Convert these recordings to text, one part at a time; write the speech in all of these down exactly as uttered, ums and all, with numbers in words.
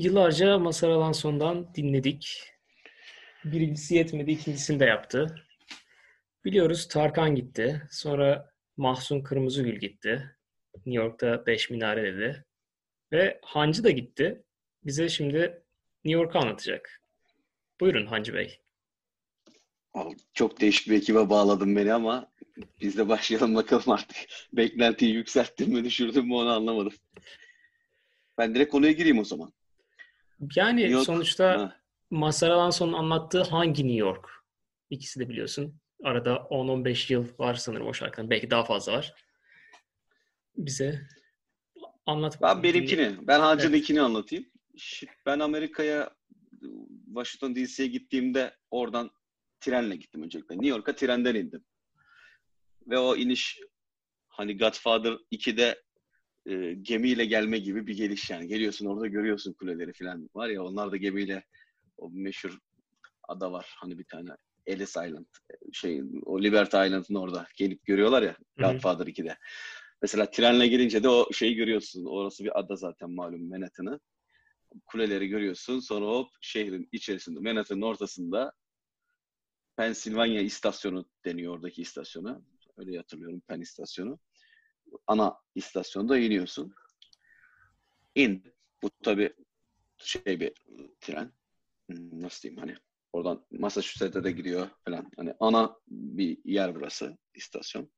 Yıllarca Mazhar Alanson'dan dinledik. Birincisi yetmedi, ikincisini de yaptı. Biliyoruz Tarkan gitti. Sonra Mahsun Kırmızıgül gitti. New York'ta Beş Minare dedi. Ve Hancı da gitti. Bize şimdi New York'u anlatacak. Buyurun Hancı Bey. Abi, çok değişik bir ekibe bağladın beni ama biz de başlayalım bakalım artık. Beklentiyi yükselttin mi düşürdün mü onu anlamadım. Ben direkt konuya gireyim o zaman. New Yani York. sonuçta Ha. Mazhar Alanson'un anlattığı hangi New York? İkisi de biliyorsun. Arada on on beş yıl var sanırım o şarkının. Belki daha fazla var. Bize anlat Ben bakalım dinleyelim. benimkini, ben Evet. Hacı'nınkini anlatayım. Şi- Ben Amerika'ya, Washington D C'ye gittiğimde oradan trenle gittim öncelikle. New York'a trenden indim. Ve o iniş hani Godfather ikide e, gemiyle gelme gibi bir geliş yani. Geliyorsun orada görüyorsun kuleleri falan. Var ya onlar da gemiyle o meşhur ada var. Hani bir tane Ellis Island şey o Liberty Island'ın orada gelip görüyorlar ya Hı hı. Godfather ikide. Mesela trenle gelince de o şeyi görüyorsun. Orası bir ada zaten malum Manhattan'ı. Kuleleri görüyorsun. Sonra hop şehrin içerisinde Manhattan'ın ortasında Pennsylvania istasyonu deniyor oradaki istasyona. Öyle hatırlıyorum Penn istasyonu. Ana istasyonda iniyorsun. İn. Bu tabii şey bir tren. Nasıl diyeyim hani oradan Massachusetts'e de gidiyor falan. Hani ana bir yer burası istasyon.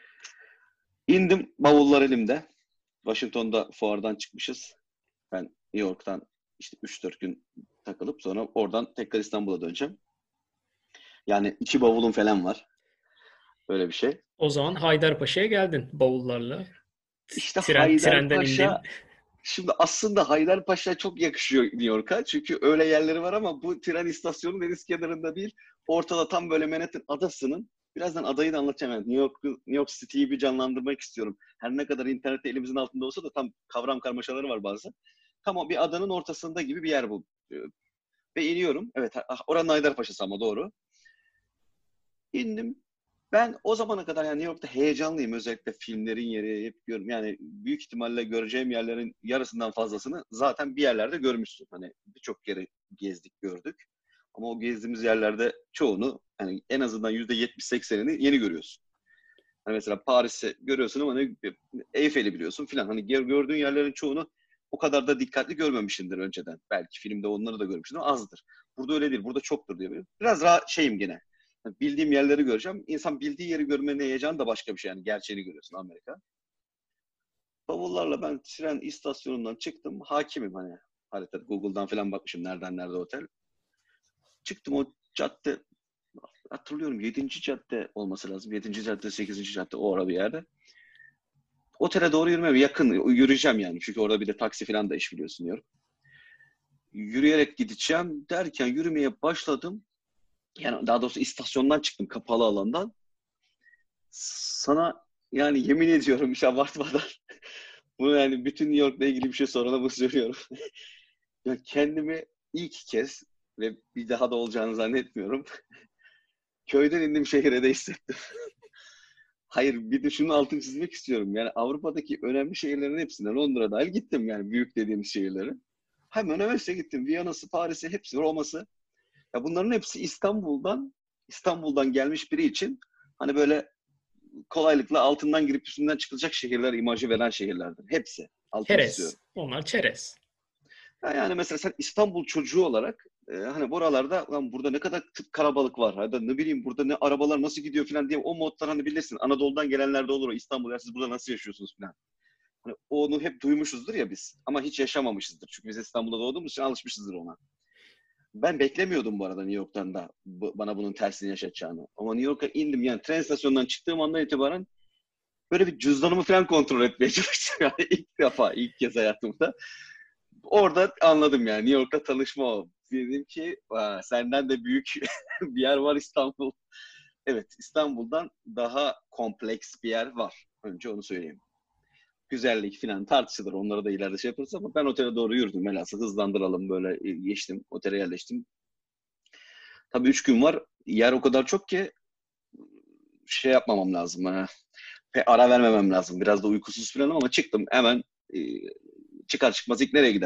İndim bavullar elimde. Washington'da fuardan çıkmışız. Ben New York'tan işte üç dört gün takılıp sonra oradan tekrar İstanbul'a döneceğim. Yani iki bavulum falan var. Böyle bir şey. O zaman Haydarpaşa'ya geldin bavullarla. İşte Tren, trenden Haydarpaşa indin. şimdi aslında Haydarpaşa çok yakışıyor New York'a. Çünkü öyle yerleri var ama bu tren istasyonu deniz kenarında değil. Ortada tam böyle Manhattan adasının. Birazdan adayı da anlatacağım. Yani New York, New York City'yi bir canlandırmak istiyorum. Her ne kadar internette elimizin altında olsa da tam kavram karmaşaları var bazı. Tam o bir adanın ortasında gibi bir yer bu. Ee, Ve iniyorum. Evet, oranın Haydarpaşa'sı ama doğru. İndim. Ben o zamana kadar yani New York'ta heyecanlıyım. Özellikle filmlerin yeri hep görüyorum. Yani büyük ihtimalle göreceğim yerlerin yarısından fazlasını zaten bir yerlerde görmüşsün. Hani birçok kere gezdik, gördük. Ama o gezdiğimiz yerlerde çoğunu hani en azından yüzde yetmiş seksenini yeni görüyorsun. Hani mesela Paris'i görüyorsun ama ne, Eyfel'i biliyorsun filan. Hani gördüğün yerlerin çoğunu o kadar da dikkatli görmemişsindir önceden. Belki filmde onları da görmüşsün ama azdır. Burada öyle değil. Burada çoktur diye biliyorum. Biraz rahat şeyim gene. Bildiğim yerleri göreceğim. İnsan bildiği yeri görmenin heyecanı da başka bir şey. Yani gerçeğini görüyorsun Amerika. Bavullarla ben tren istasyonundan çıktım. Hakimim hani haritada Google'dan falan bakmışım nereden nerede otel. Çıktım o cadde hatırlıyorum yedinci cadde olması lazım. Yedinci cadde, sekizinci cadde o ara bir yerde. Otele doğru yürümeye yakın yürüyeceğim yani. Çünkü orada bir de taksi falan da iş biliyorsun diyorum. Yürüyerek gideceğim derken yürümeye başladım. Yani daha doğrusu istasyondan çıktım kapalı alandan. Sana yani yemin ediyorum hiç abartmadan bunu yani bütün New York'la ilgili bir şey sorana bunu söylüyorum. Ya kendimi ilk kez ve bir daha da olacağını zannetmiyorum. Köyden indim şehire de hissettim. Hayır bir de şunun altını çizmek istiyorum. Yani Avrupa'daki önemli şehirlerin hepsine Londra dahil gittim yani büyük dediğimiz şehirlere. Hemen öyleyse gittim. Viyana'sı, Paris'i, hepsi, Roma'sı. Ya bunların hepsi İstanbul'dan İstanbul'dan gelmiş biri için hani böyle kolaylıkla altından girip üstünden çıkılacak şehirler imajı veren şehirlerdir. Hepsi. Altını Çerez. çiziyorum. Onlar çerez. Ya yani mesela sen İstanbul çocuğu olarak e, hani buralarda lan burada ne kadar tık kalabalık var. Hadi ne bileyim burada ne arabalar nasıl gidiyor falan diye o modlar hani bilirsin. Anadolu'dan gelenlerde olur o İstanbul ya siz burada nasıl yaşıyorsunuz falan. Hani onu hep duymuşuzdur ya biz ama hiç yaşamamışızdır. Çünkü biz İstanbul'da doğduğumuz için alışmışızdır ona. Ben beklemiyordum bu arada New York'tan da bu, bana bunun tersini yaşatacağını. Ama New York'a indim yani tren istasyonundan çıktığım andan itibaren böyle bir cüzdanımı falan kontrol etmeye çalıştım. Yani ilk defa, ilk kez hayatımda. Orada anladım yani New York'ta tanışma o. Dedim ki senden de büyük bir yer var İstanbul. Evet İstanbul'dan daha kompleks bir yer var. Önce onu söyleyeyim. Güzellik falan tartışılır. Onları da ileride şey yaparız ama ben otele doğru yürüdüm. Velhasıl hızlandıralım böyle geçtim. Otele yerleştim. Tabii üç gün var. Yer o kadar çok ki şey yapmamam lazım. Ha. Ve ara vermemem lazım. Biraz da uykusuz falan ama çıktım hemen e, çıkar çıkmaz ilk nereye gidersin?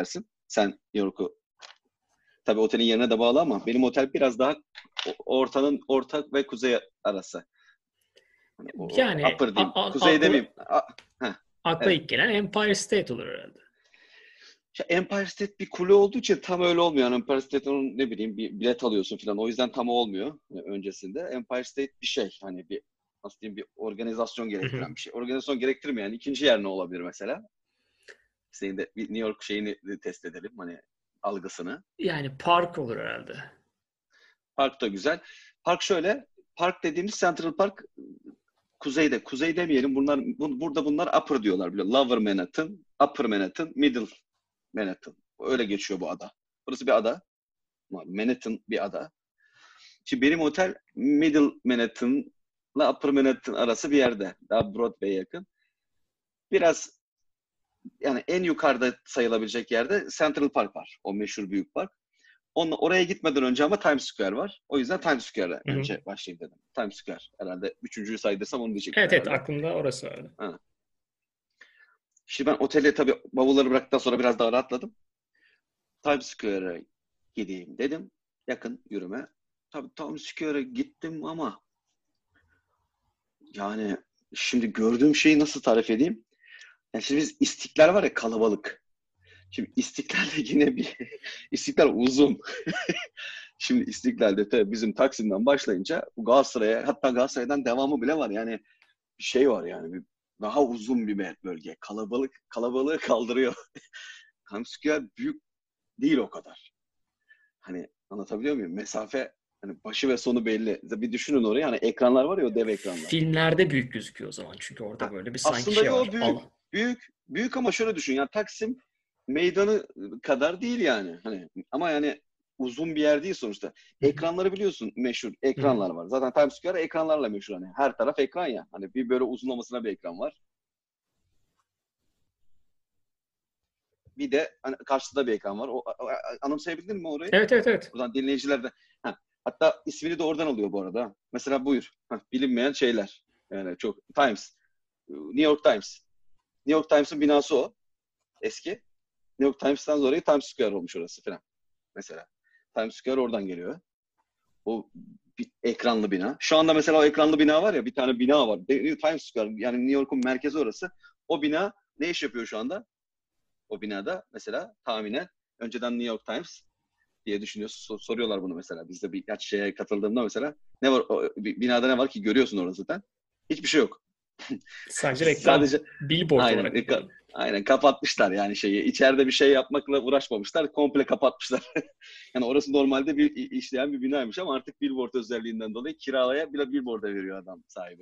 Sen New York'u tabii otelin yerine de bağlı ama benim otel biraz daha ortanın orta ve kuzey arası. Hani o Yani upper a- diyeyim. a- Kuzey akla, demeyeyim. A, heh, akla evet. ilk gelen Empire State olur herhalde. İşte Empire State bir kule olduğu için tam öyle olmuyor. Yani Empire State'in ne bileyim bir bilet alıyorsun falan. O yüzden tam olmuyor öncesinde. Empire State bir şey. Hani bir nasıl diyeyim bir organizasyon Hı hı. gerektiren bir şey. Organizasyon gerektirmeyen ikinci yer ne olabilir mesela? Senin de bir New York şeyini test edelim. Hani algısını. Yani park olur herhalde. Park da güzel. Park şöyle. Park dediğimiz Central Park kuzeyde. Kuzey demeyelim. Bunlar bu, burada bunlar upper diyorlar biliyor. Lower Manhattan, Upper Manhattan, Middle Manhattan. Öyle geçiyor bu ada. Burası bir ada. Manhattan bir ada. Şimdi benim otel Middle Manhattan'la Upper Manhattan arası bir yerde. Daha Broadway'e yakın. Biraz yani en yukarıda sayılabilecek yerde Central Park var. O meşhur büyük park. Onunla, oraya gitmeden önce ama Times Square var. O yüzden Times Square'e Hı hı. önce başlayayım dedim. Times Square. Herhalde üçüncüyü saydırsam onu diyecektim Evet evet, herhalde. aklımda orası vardı. Ha. Şimdi ben otele tabii bavulları bıraktıktan sonra biraz daha rahatladım. Times Square'e gideyim dedim. Yakın yürüme. Tabii Times Square'e gittim ama yani şimdi gördüğüm şeyi nasıl tarif edeyim? Yani şimdi biz İstiklal var ya kalabalık. Şimdi İstiklal'de yine bir İstiklal uzun. Şimdi İstiklal'de tabii bizim Taksim'den başlayınca Galatasaray'a hatta Galatasaray'dan devamı bile var. Yani bir şey var yani bir daha uzun bir bölge. Kalabalık kalabalığı kaldırıyor. Times Square büyük değil o kadar. Hani anlatabiliyor muyum? Mesafe hani başı ve sonu belli. Bir düşünün orayı hani ekranlar var ya o dev ekranlar. Filmlerde büyük gözüküyor o zaman. Çünkü orada Ha, böyle bir sanki aslında şey yo var. büyük. Alan. Büyük. Büyük ama şöyle düşün. Yani Taksim meydanı kadar değil yani. Hani ama yani uzun bir yer değil sonuçta. Hı hı. Ekranları biliyorsun meşhur. Hı hı. Ekranlar var. Zaten Times Square ekranlarla meşhur hani. Her taraf ekran ya. Hani bir böyle uzunlamasına bir ekran var. Bir de hani karşısında bir ekran var. O, o- anımsayabildin mi orayı? Evet evet evet. Buradan dinleyiciler de. Ha, hatta ismini de oradan alıyor bu arada. Mesela buyur. Ha, bilinmeyen şeyler. Yani çok. Times. New York Times. New York Times'ın binası o. Eski. New York Times'tan dolayı Times Square olmuş orası falan. Mesela. Times Square oradan geliyor. O bir ekranlı bina. Şu anda mesela o ekranlı bina var ya bir tane bina var. Times Square yani New York'un merkezi orası. O bina ne iş yapıyor şu anda? O binada mesela tahminen önceden New York Times diye düşünüyorsun. Soruyorlar bunu mesela. Biz de birkaç şeye katıldığımda mesela ne var o binada ne var ki görüyorsun orada zaten. Hiçbir şey yok. Sadece reklam. Sadece Billboard aynen olarak mı kullanılıyor? aynen kapatmışlar yani şeyi. İçeride bir şey yapmakla uğraşmamışlar. Komple kapatmışlar. Yani orası normalde bir işleyen bir binaymış ama artık billboard özelliğinden dolayı kiralaya bile billboard'a veriyor adam sahibi.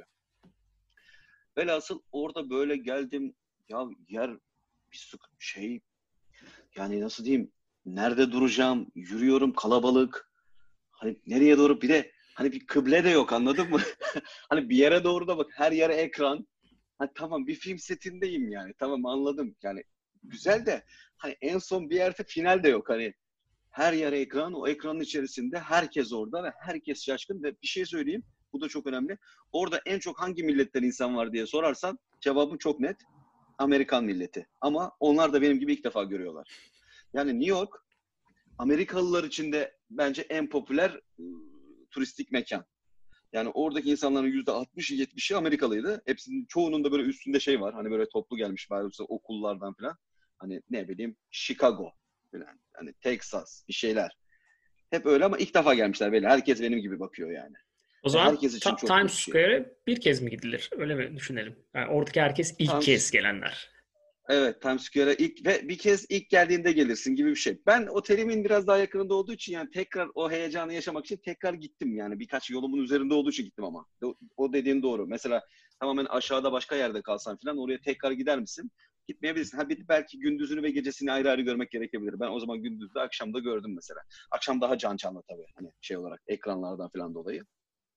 Velhasıl orada böyle geldim. Ya yer bir sık şey yani nasıl diyeyim nerede duracağım? Yürüyorum kalabalık. Hani nereye doğru bir de hani bir kıble de yok anladın mı? Hani bir yere doğru da bak her yere ekran. Ha, tamam bir film setindeyim yani. Tamam anladım. Yani güzel de hani en son bir yerde final de yok. Hani her yer ekran. O ekranın içerisinde herkes orada ve herkes şaşkın ve bir şey söyleyeyim. Bu da çok önemli. Orada en çok hangi milletten insan var diye sorarsan cevabım çok net. Amerikan milleti. Ama onlar da benim gibi ilk defa görüyorlar. Yani New York Amerikalılar için de bence en popüler ıı, turistik mekan. Yani oradaki insanların yüzde altmışı yetmişi Amerikalıydı. Hepsinin çoğunun da böyle üstünde şey var. Hani böyle toplu gelmiş bazı okullardan falan. Hani ne bileyim Chicago falan. Hani Texas bir şeyler. Hep öyle ama ilk defa gelmişler böyle. Herkes benim gibi bakıyor yani. O Ve zaman herkes için Ta- çok Times büyük bir şey. Square'e bir kez mi gidilir? Öyle mi düşünelim? Yani oradaki herkes ilk Tam kez gelenler. evet Times Square'a ilk ve bir kez ilk geldiğinde gelirsin gibi bir şey. Ben otelimin biraz daha yakınında olduğu için yani tekrar o heyecanı yaşamak için tekrar gittim. Yani birkaç yolumun üzerinde olduğu için gittim ama. O, o dediğin doğru. Mesela tamamen aşağıda başka yerde kalsan falan oraya tekrar gider misin? Gitmeyebilirsin. Ha bir belki gündüzünü ve gecesini ayrı ayrı görmek gerekebilir. Ben o zaman gündüzde akşamda gördüm mesela. Akşam daha can canlı tabii. Hani şey olarak ekranlardan falan dolayı.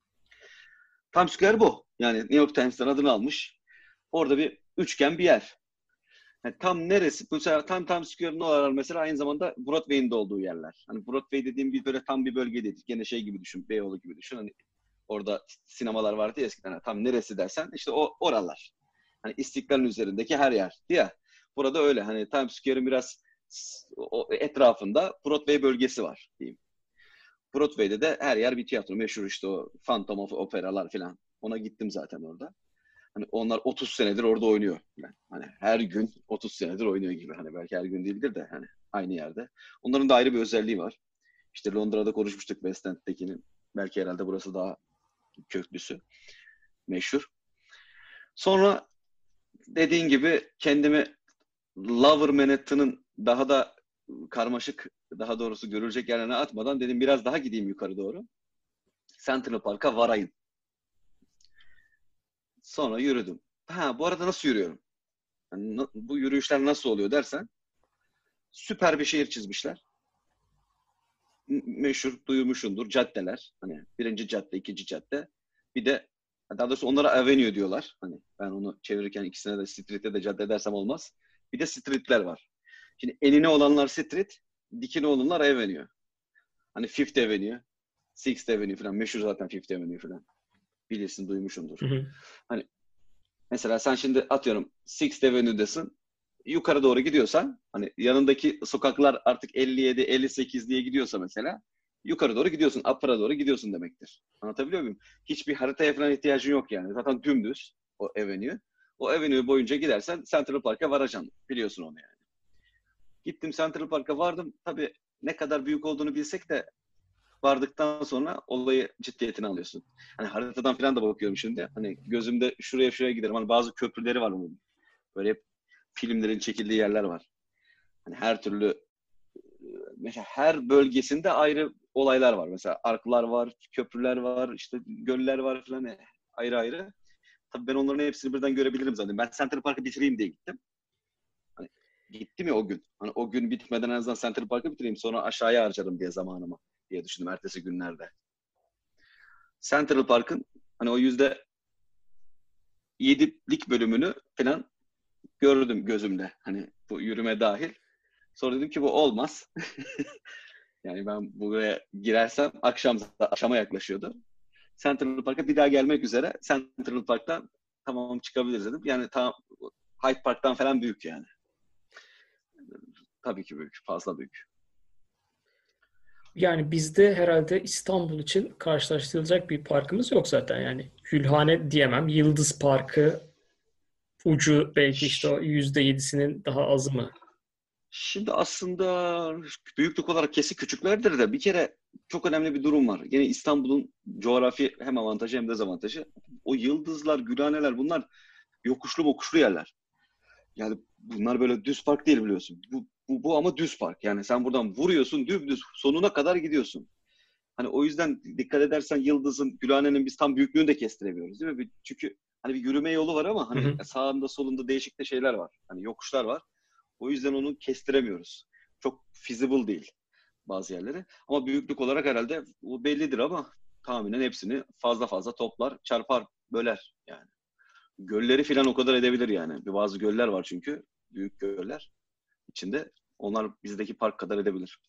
Times Square bu. Yani New York Times'tan adını almış. Orada bir üçgen bir yer. Yani tam neresi? Mesela tam Times Square'ın oralar mesela aynı zamanda Broadway'in de olduğu yerler. Hani Broadway dediğim bir böyle tam bir bölge değil. Gene şey gibi düşün, Beyoğlu gibi düşün. Hani orada sinemalar vardı ya eskiden. Hani tam neresi dersen işte o oralar. Hani İstiklal'in üzerindeki her yer. Ya burada öyle. Hani Times Square'in biraz o etrafında Broadway bölgesi var diyeyim. Broadway'de de her yer bir tiyatro. Meşhur işte o Phantom of Opera'lar falan. Ona gittim zaten orada. Hani onlar otuz senedir orada oynuyor. Yani hani her gün otuz senedir oynuyor gibi. Hani belki her gün değildir de hani aynı yerde. Onların da ayrı bir özelliği var. İşte Londra'da konuşmuştuk West End'dekinin. Belki herhalde burası daha köklüsü. Meşhur. Sonra dediğin gibi kendimi Lower Manhattan'ın daha da karmaşık, daha doğrusu görülecek yerlerine atmadan dedim biraz daha gideyim yukarı doğru. Central Park'a varayım. Sonra yürüdüm. Ha, bu arada nasıl yürüyorum? Yani bu yürüyüşler nasıl oluyor dersen, süper bir şehir çizmişler. Meşhur, duymuşsundur caddeler. Hani birinci cadde, ikinci cadde. Bir de daha doğrusu onlara avenue diyorlar. Hani ben onu çevirirken ikisine de street'e de cadde dersem olmaz. Bir de street'ler var. Şimdi enine olanlar street, dikine olanlar avenue. Hani Fifth Avenue, Sixth Avenue falan. Meşhur zaten Fifth Avenue falan. Bilirsin, duymuşsundur. Hı hı. Hani mesela sen şimdi atıyorum Sixth Avenue'dasın. Yukarı doğru gidiyorsan hani yanındaki sokaklar artık elli yedi elli sekiz diye gidiyorsa mesela yukarı doğru gidiyorsun. Upper'a doğru gidiyorsun demektir. Anlatabiliyor muyum? Hiçbir haritaya falan ihtiyacın yok yani. Zaten dümdüz o avenue. O avenue boyunca gidersen Central Park'a varacaksın. Biliyorsun onu yani. Gittim Central Park'a vardım. Tabii ne kadar büyük olduğunu bilsek de vardıktan sonra olayı ciddiyetine alıyorsun. Hani haritadan falan da bakıyorum şimdi. Hani gözümde şuraya şuraya giderim. Hani bazı köprüleri var bunun. Böyle hep filmlerin çekildiği yerler var. Hani her türlü mesela her bölgesinde ayrı olaylar var. Mesela arklar var, köprüler var, işte göller var falan ayrı ayrı. Tabii ben onların hepsini birden görebilirim zaten. Ben Central Park'ı bitireyim diye gittim. Hani gittim ya o gün. Hani o gün bitmeden en azından Central Park'ı bitireyim. Sonra aşağıya harcarım diye zamanımı diye düşündüm ertesi günlerde. Central Park'ın hani o yüzde yedilik bölümünü falan gördüm gözümde. Hani bu yürüme dahil. Sonra dedim ki bu olmaz. Yani ben buraya girersem akşam akşama yaklaşıyordu. Central Park'a bir daha gelmek üzere. Central Park'tan tamam çıkabiliriz dedim. Yani tam Hyde Park'tan falan büyük yani. Tabii ki büyük. Fazla büyük. Yani bizde herhalde İstanbul için karşılaştırılacak bir parkımız yok zaten. Yani Gülhane diyemem. Yıldız Parkı ucu belki işte o yüzde yedisinin daha azı mı? Şimdi aslında büyüklük olarak kesi küçüklerdir de bir kere çok önemli bir durum var. Yine İstanbul'un coğrafi hem avantajı hem dezavantajı. O yıldızlar, gülhaneler bunlar yokuşlu mokuşlu yerler. Yani bunlar böyle düz park değil biliyorsun. Bu, bu, bu ama düz park. Yani sen buradan vuruyorsun dümdüz sonuna kadar gidiyorsun. Hani o yüzden dikkat edersen Yıldız'ın, Gülhane'nin biz tam büyüklüğünü de kestiremiyoruz değil mi? Çünkü hani bir yürüme yolu var ama Hı hani hı. sağında solunda değişik de şeyler var. Hani yokuşlar var. O yüzden onu kestiremiyoruz. Çok feasible değil bazı yerleri. Ama büyüklük olarak herhalde bu bellidir ama tahminen hepsini fazla fazla toplar, çarpar, böler yani. Gölleri falan o kadar edebilir yani. Bir bazı göller var çünkü. Büyük göller içinde. Onlar bizdeki park kadar edebilir.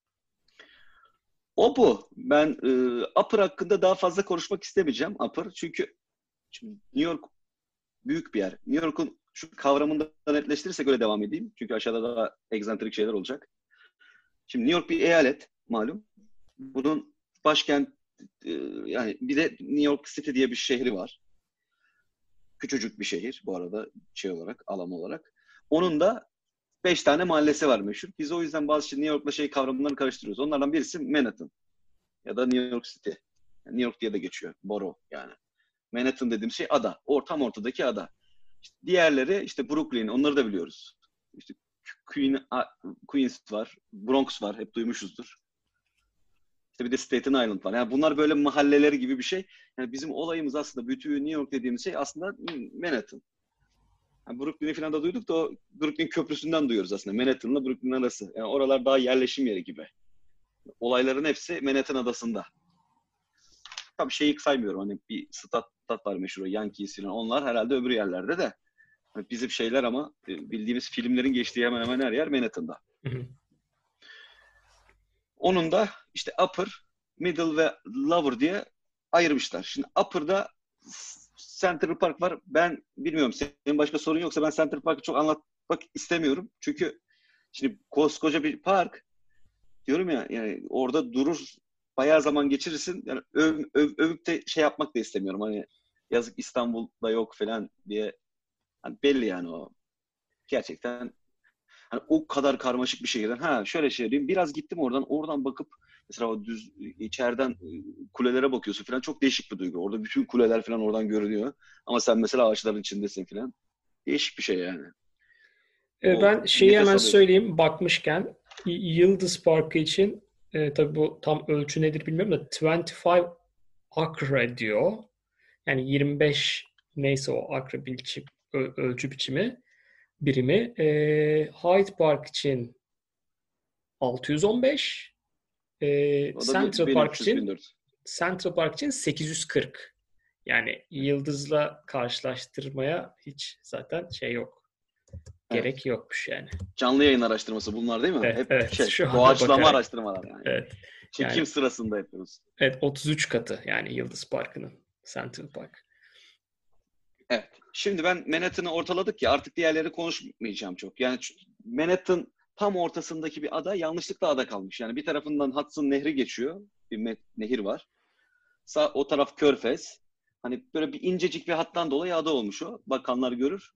O bu. Ben e, Upper hakkında daha fazla konuşmak istemeyeceğim. Upper. Çünkü şimdi New York büyük bir yer. New York'un şu kavramını da netleştirirsek öyle devam edeyim. Çünkü aşağıda daha egzantrik şeyler olacak. Şimdi New York bir eyalet malum. Bunun başkent e, yani bir de New York City diye bir şehri var. Küçücük bir şehir bu arada şey olarak, alan olarak. Onun da beş tane mahallesi var meşhur. Biz o yüzden bazı şey, New York'la şey kavramlarını karıştırıyoruz. Onlardan birisi Manhattan ya da New York City. Yani New York diye de geçiyor. Borough yani. Manhattan dediğim şey ada. Ortam ortadaki ada. İşte diğerleri işte Brooklyn. Onları da biliyoruz. İşte Queen, Queens var. Bronx var. Hep duymuşuzdur. İşte bir de Staten Island var. Yani bunlar böyle mahalleleri gibi bir şey. Yani bizim olayımız aslında bütün New York dediğimiz şey aslında Manhattan. Yani Brooklyn'i falan da duyduk da o Brooklyn Köprüsü'nden duyuyoruz aslında. Manhattan'la Brooklyn arası. Yani oralar daha yerleşim yeri gibi. Olayların hepsi Manhattan adasında. Tabii şeyi saymıyorum. Hani bir stat, stat var meşhur. Yankees falan. Onlar herhalde öbür yerlerde de. Hani bizim şeyler ama bildiğimiz filmlerin geçtiği hemen hemen her yer Manhattan'da. Hı hı. Onun da işte Upper, Middle ve Lower diye ayırmışlar. Şimdi Upper'da Central Park var. Ben bilmiyorum senin başka sorun yoksa ben Central Park'ı çok anlatmak istemiyorum. Çünkü Şimdi koskoca bir park diyorum ya, yani orada durur bayağı zaman geçirirsin. Yani öv, öv, övüp de şey yapmak da istemiyorum. Hani yazık İstanbul'da yok falan diye. Hani belli yani o. Gerçekten hani o kadar karmaşık bir şehirden. Ha şöyle şey diyeyim. Biraz gittim oradan. Oradan bakıp mesela o düz içeriden kulelere bakıyorsun falan. Çok değişik bir duygu. Orada bütün kuleler falan oradan görünüyor. Ama sen mesela ağaçların içindesin falan. Değişik bir şey yani. E, O Ben şeyi nefes hemen alıyorsun. söyleyeyim bakmışken Y- Yıldız Parkı için e, tabii bu tam ölçü nedir bilmiyorum da yirmi beş akre diyor. Yani yirmi beş neyse o akre biçim, ö- ölçü biçimi birimi. E, Hyde Park için altı yüz on beş, e, O da bir Central Park bin üç yüz için bin dört yüz. Central Park için sekiz yüz kırk. Yani Yıldız'la karşılaştırmaya hiç zaten şey yok. Evet. Gerek yokmuş yani. Canlı yayın araştırması bunlar değil mi? Evet, Hep evet. şey, Şu anda doğaçlama bakarak. araştırmalar yani. Evet. Çekim Yani sırasında yapıyoruz. evet otuz üç katı yani Yıldız Parkı'nın Central Park. Evet. Şimdi ben Manhattan'ı ortaladık ya, artık diğerleri konuşmayacağım çok. Yani ç- Manhattan tam ortasındaki bir ada yanlışlıkla ada kalmış. Yani bir tarafından Hudson Nehri geçiyor. Bir me- nehir var. Sağ, o taraf Körfez. Hani böyle bir incecik bir hattan dolayı ada olmuş o. Bakanlar görür.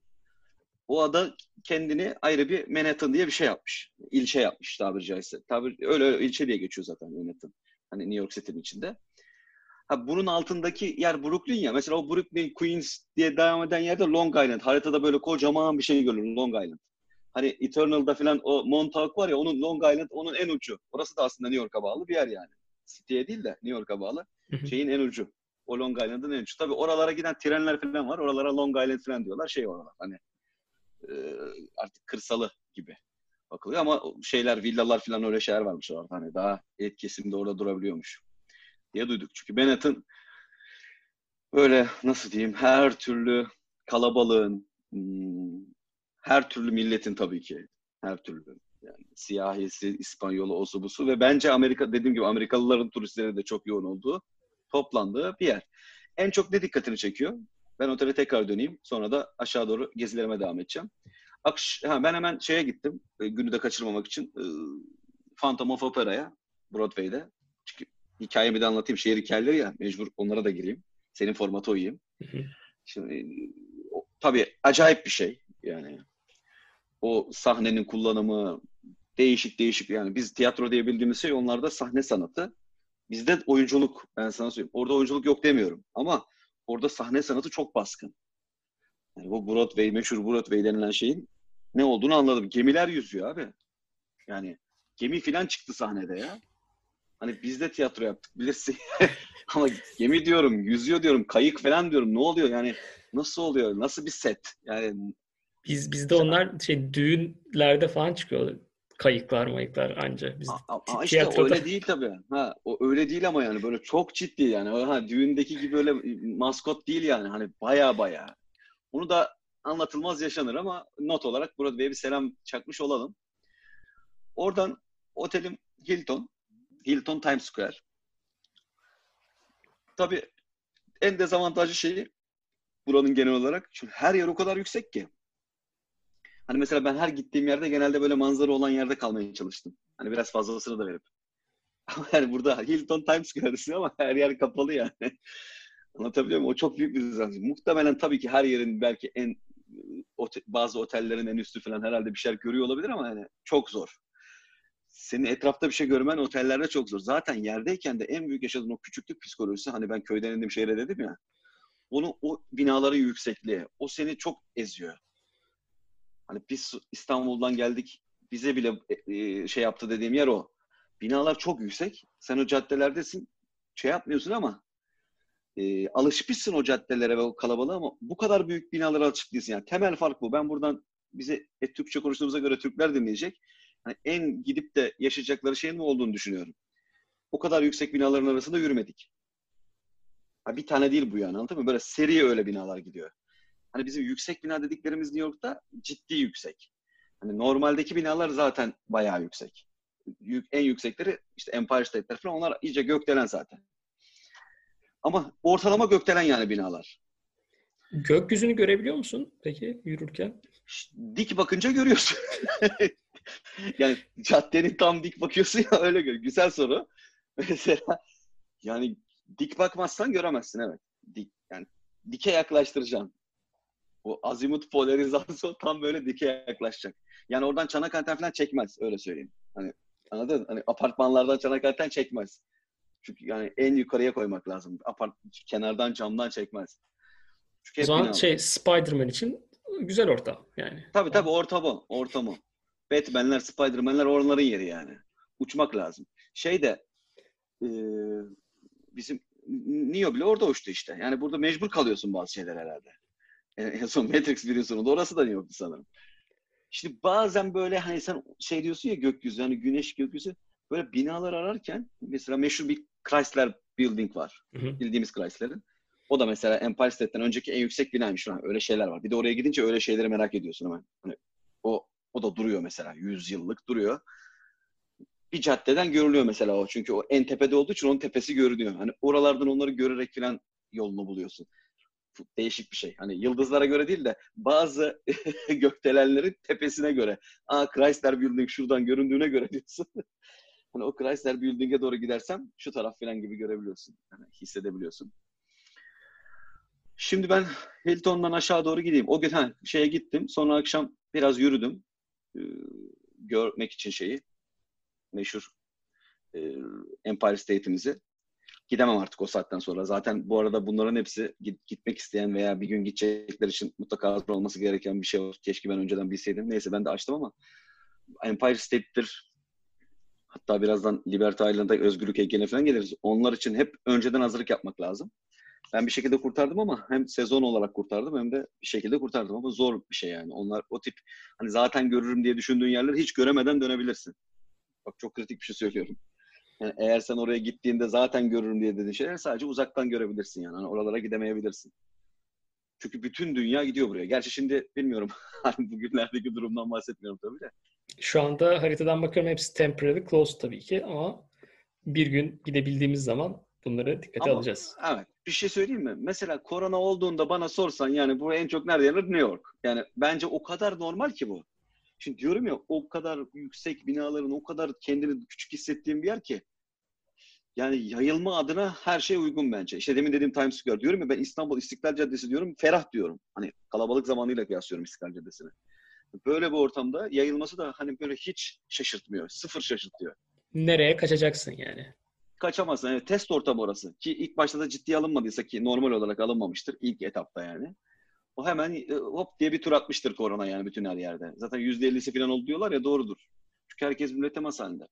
O ada kendini ayrı bir Manhattan diye bir şey yapmış. İlçe yapmış tabiri caizse. Tabir, öyle, öyle ilçe diye geçiyor zaten Manhattan. Hani New York City'nin içinde. Ha, bunun altındaki yer Brooklyn ya. Mesela o Brooklyn, Queens diye devam eden yerde Long Island. Haritada böyle kocaman bir şey görülür, Long Island. Hani Eternal'da falan o Montauk var ya, onun Long Island onun en ucu. Orası da aslında New York'a bağlı bir yer yani. City'ye değil de New York'a bağlı. Şeyin en ucu. O Long Island'ın en ucu. Tabii oralara giden trenler falan var. Oralara Long Island falan diyorlar. Şey oralar hani e, artık kırsalı gibi bakılıyor ama şeyler, villalar falan öyle şeyler varmış orada. Hani daha et kesimde orada durabiliyormuş diye duyduk. Çünkü Manhattan böyle nasıl diyeyim, her türlü kalabalığın, hmm, her türlü milletin tabii ki, her türlü yani siyahisi, İspanyolu, osu busu ve bence Amerika, dediğim gibi Amerikalıların turistleri de çok yoğun olduğu, toplandığı bir yer. En çok ne dikkatini çekiyor? Ben otele tekrar döneyim. Sonra da aşağı doğru gezilerime devam edeceğim. Akş ha, ben hemen şeye gittim. E, günü de kaçırmamak için. E, Phantom of Opera'ya, Broadway'de. Çünkü hikayemi de anlatayım. Şehir hikayeleri ya. Mecbur onlara da gireyim. Senin formata uyayım. Şimdi o, tabii acayip bir şey. Yani o sahnenin kullanımı değişik değişik. Yani biz tiyatro diye bildiğimiz şey, onlarda sahne sanatı. Bizde oyunculuk, ben sana söyleyeyim. Orada oyunculuk yok demiyorum. Ama orada sahne sanatı çok baskın. Yani bu Broadway, meşhur Broadway denilen şeyin ne olduğunu anladım. Gemiler yüzüyor abi. Yani gemi filan çıktı sahnede ya. Hani biz de tiyatro yaptık bilirsin. Ama gemi diyorum, yüzüyor diyorum, kayık falan diyorum. Ne oluyor yani? Nasıl oluyor? Nasıl bir set? Yani Biz bizde onlar şey düğünlerde falan çıkıyor. Kayıklar mayıklar anca. Biz a- a- ti- işte tiyatroda öyle değil tabii. Ha, o öyle değil ama yani böyle çok ciddi yani. Ha, düğündeki gibi öyle maskot değil yani. Hani baya baya. Bunu da anlatılmaz yaşanır ama not olarak Broadway'e bir selam çakmış olalım. Oradan otelim Hilton. Hilton Times Square. Tabii en dezavantajlı şeyi buranın genel olarak, çünkü her yer o kadar yüksek ki. Hani mesela ben her gittiğim yerde genelde böyle manzara olan yerde kalmaya çalıştım. Hani biraz fazlasını da verip. Ama yani burada Hilton Times Square'sı ama her yer kapalı yani. Anlatabiliyor muyum? O çok büyük bir dezavantaj. Muhtemelen tabii ki her yerin belki en ote- bazı otellerin en üstü falan herhalde bir şeyler görüyor olabilir ama yani çok zor. Senin etrafta bir şey görmen otellerde çok zor. Zaten yerdeyken de en büyük yaşadığın o küçüklük psikolojisi, hani ben köyden indim şehre dedim ya. Onu, o binaların yüksekliği, o seni çok eziyor. Hani biz İstanbul'dan geldik, bize bile e, şey yaptı dediğim yer o. Binalar çok yüksek. Sen o caddelerdesin, şey yapmıyorsun ama e, alışmışsın o caddelere ve o kalabalığa ama bu kadar büyük binalara alışık değilsin. Yani temel fark bu. Ben buradan bize e, Türkçe konuştuğumuza göre Türkler dinleyecek. Yani en gidip de yaşayacakları şeyin mi olduğunu düşünüyorum. O kadar yüksek binaların arasında yürümedik. Ha, bir tane değil bu yani, anladın mı? Böyle seri öyle binalar gidiyor. Hani bizim yüksek bina dediklerimiz New York'ta ciddi yüksek. Hani normaldeki binalar zaten bayağı yüksek. Yük, en yüksekleri işte Empire State'ler falan, onlar iyice gökdelen zaten. Ama ortalama gökdelen yani binalar. gökyüzünü görebiliyor musun peki yürürken? Dik bakınca görüyorsun. Yani caddenin tam dik bakıyorsun ya, öyle gör. Güzel soru. Mesela yani dik bakmazsan göremezsin, evet. Dik, yani dike yaklaştıracaksın. O azimut polarizasyon tam böyle dike yaklaşacak. Yani oradan çanak anten falan çekmez, öyle söyleyeyim. Hani anladın mı? Hani apartmanlardan çanak anten çekmez. Çünkü yani en yukarıya koymak lazım. Apart kenardan, camdan çekmez. Çünkü O hep zaman bina var. şey Spider-Man için güzel ortam yani. Tabii tabii, orta bu. Orta bu. Batman'ler, Spider-Man'ler onların yeri yani. Uçmak lazım. Şey de e, bizim Neo bile orada uçtu işte. Yani burada mecbur kalıyorsun bazı şeyler herhalde. En en son Matrix birin sonunda orası da yoktu sanırım. Şimdi bazen böyle hani sen şey diyorsun ya, gökyüzü, hani güneş gökyüzü, böyle binalar ararken mesela meşhur bir Chrysler Building var. Hı hı. Bildiğimiz Chrysler'ın. O da mesela Empire State'ten önceki en yüksek binaymış. Ha, öyle şeyler var. Bir de oraya gidince öyle şeyleri merak ediyorsun hemen. Hani o o da duruyor mesela. Yüz yıllık duruyor. Bir caddeden görülüyor mesela o. Çünkü o en tepede olduğu için onun tepesi görünüyor. Hani oralardan onları görerek falan yolunu buluyorsun. Değişik bir şey. Hani yıldızlara göre değil de bazı gökdelenlerin tepesine göre. Aa, Chrysler Building şuradan göründüğüne göre diyorsun. Hani o Chrysler Building'e doğru gidersem şu taraf falan gibi görebiliyorsun. Yani hissedebiliyorsun. Şimdi ben Hilton'dan aşağı doğru gideyim. O gün ha, şeye gittim. Sonra akşam biraz yürüdüm. Ee, görmek için şeyi. Meşhur e, Empire State'imizi. Gidemem artık o saatten sonra. Zaten bu arada bunların hepsi git, gitmek isteyen veya bir gün gidecekler için mutlaka hazır olması gereken bir şey var. Keşke ben önceden bilseydim. Neyse, ben de açtım ama Empire State'tir. Hatta birazdan Liberty Island'a, Özgürlük heykeline falan geliriz. Onlar için hep önceden hazırlık yapmak lazım. Ben bir şekilde kurtardım ama hem sezon olarak kurtardım hem de bir şekilde kurtardım ama zor bir şey yani. Onlar o tip hani zaten görürüm diye düşündüğün yerleri hiç göremeden dönebilirsin. Bak, çok kritik bir şey söylüyorum. Yani eğer sen oraya gittiğinde zaten görürüm diye dediğin şeyler sadece uzaktan görebilirsin yani. Hani oralara gidemeyebilirsin. Çünkü bütün dünya gidiyor buraya. Gerçi şimdi bilmiyorum. Hani bugünlerdeki durumdan bahsetmiyorum tabii de. Şu anda haritadan bakıyorum, hepsi temporary closed tabii ki ama bir gün gidebildiğimiz zaman bunları dikkate Ama alacağız. evet, bir şey söyleyeyim mi? Mesela korona olduğunda bana sorsan yani bu en çok nerede yanır? New York. Yani bence o kadar normal ki bu. Şimdi diyorum ya, o kadar yüksek binaların, o kadar kendini küçük hissettiğim bir yer ki. Yani yayılma adına her şey uygun bence. İşte demin dediğim Times Square diyorum ya, ben İstanbul İstiklal Caddesi diyorum, ferah diyorum. Hani kalabalık zamanıyla kıyaslıyorum İstiklal Caddesi'ni. Böyle bir ortamda yayılması da hani böyle hiç şaşırtmıyor. Sıfır şaşırtıyor. Nereye kaçacaksın yani? Kaçamazsın. Yani test ortamı orası. Ki ilk başta da ciddiye alınmadıysa, ki normal olarak alınmamıştır ilk etapta yani. O hemen e, hop diye bir tur atmıştır korona yani bütün her yerde. Zaten yüzde ellisi falan oldu diyorlar ya, doğrudur. Çünkü herkes millet temas halinde.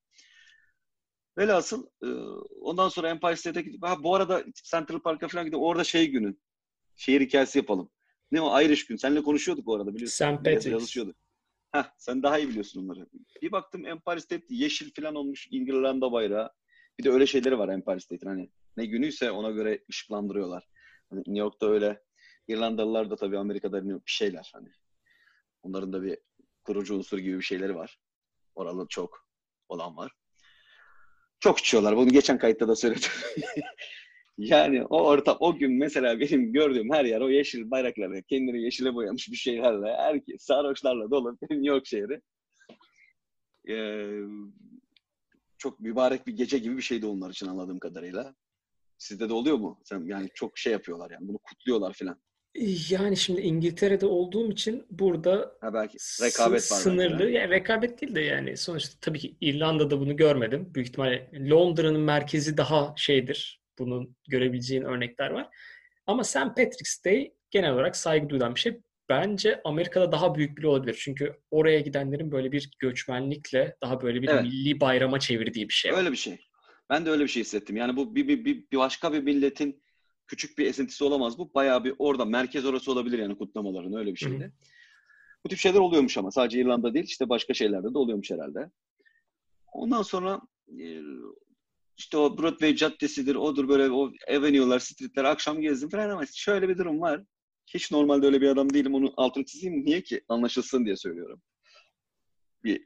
Velhasıl e, ondan sonra Empire State'e gidip, ha, bu arada Central Park'a falan gidip orada şey günü, şehir hikayesi yapalım. Ne o, Irish gün. Seninle konuşuyorduk bu arada, biliyorsun. Saint Yaz, Patrick's. yazışıyorduk. Heh, sen daha iyi biliyorsun onları. Bir baktım Empire State yeşil falan olmuş, İrlanda bayrağı. Bir de öyle şeyleri var Empire State'in, hani ne günüyse ona göre ışıklandırıyorlar. Hani New York'ta öyle, İrlandalılar da tabii Amerika'da bir şeyler hani. Onların da bir kurucu unsur gibi bir şeyleri var. Oralı çok olan var. Çok içiyorlar. Bunu geçen kayıtta da söyledim. Yani o ortam, o gün mesela benim gördüğüm her yer o yeşil bayraklarla, kendini yeşile boyamış bir şeylerle, herkes sarhoşlarla dolu New York şehri. Ee, çok mübarek bir gece gibi bir şeydi onlar için, anladığım kadarıyla. Sizde de oluyor mu? Sen, yani çok şey yapıyorlar yani, bunu kutluyorlar filan. Yani şimdi İngiltere'de olduğum için burada Ha, belki sı- rekabet var belki sınırlı, de. yani rekabet değil de yani sonuçta tabii ki İrlanda'da bunu görmedim. Büyük ihtimalle Londra'nın merkezi daha şeydir. Bunun görebileceğin örnekler var. Ama Saint Patrick's Day genel olarak saygı duyulan bir şey. Bence Amerika'da daha büyük bile olabilir. Çünkü oraya gidenlerin böyle bir göçmenlikle daha böyle bir Evet, milli bayrama çevirdiği bir şey o. öyle bir şey. Ben de öyle bir şey hissettim. Yani bu bir, bir, bir, bir başka bir milletin küçük bir esintisi olamaz bu. Bayağı bir orada merkez orası olabilir yani, kutlamaların öyle bir Hı hı. şeydi. Bu tip şeyler oluyormuş ama sadece İrlanda değil, işte başka şeylerde de oluyormuş herhalde. Ondan sonra e, işte o Broadway caddesidir, odur, böyle o avenue'lar, street'ler, akşam gezdim falan ama şöyle bir durum var. Hiç normalde öyle bir adam değilim, onu altını çizeyim. Niye ki? Anlaşılsın diye söylüyorum. Bir,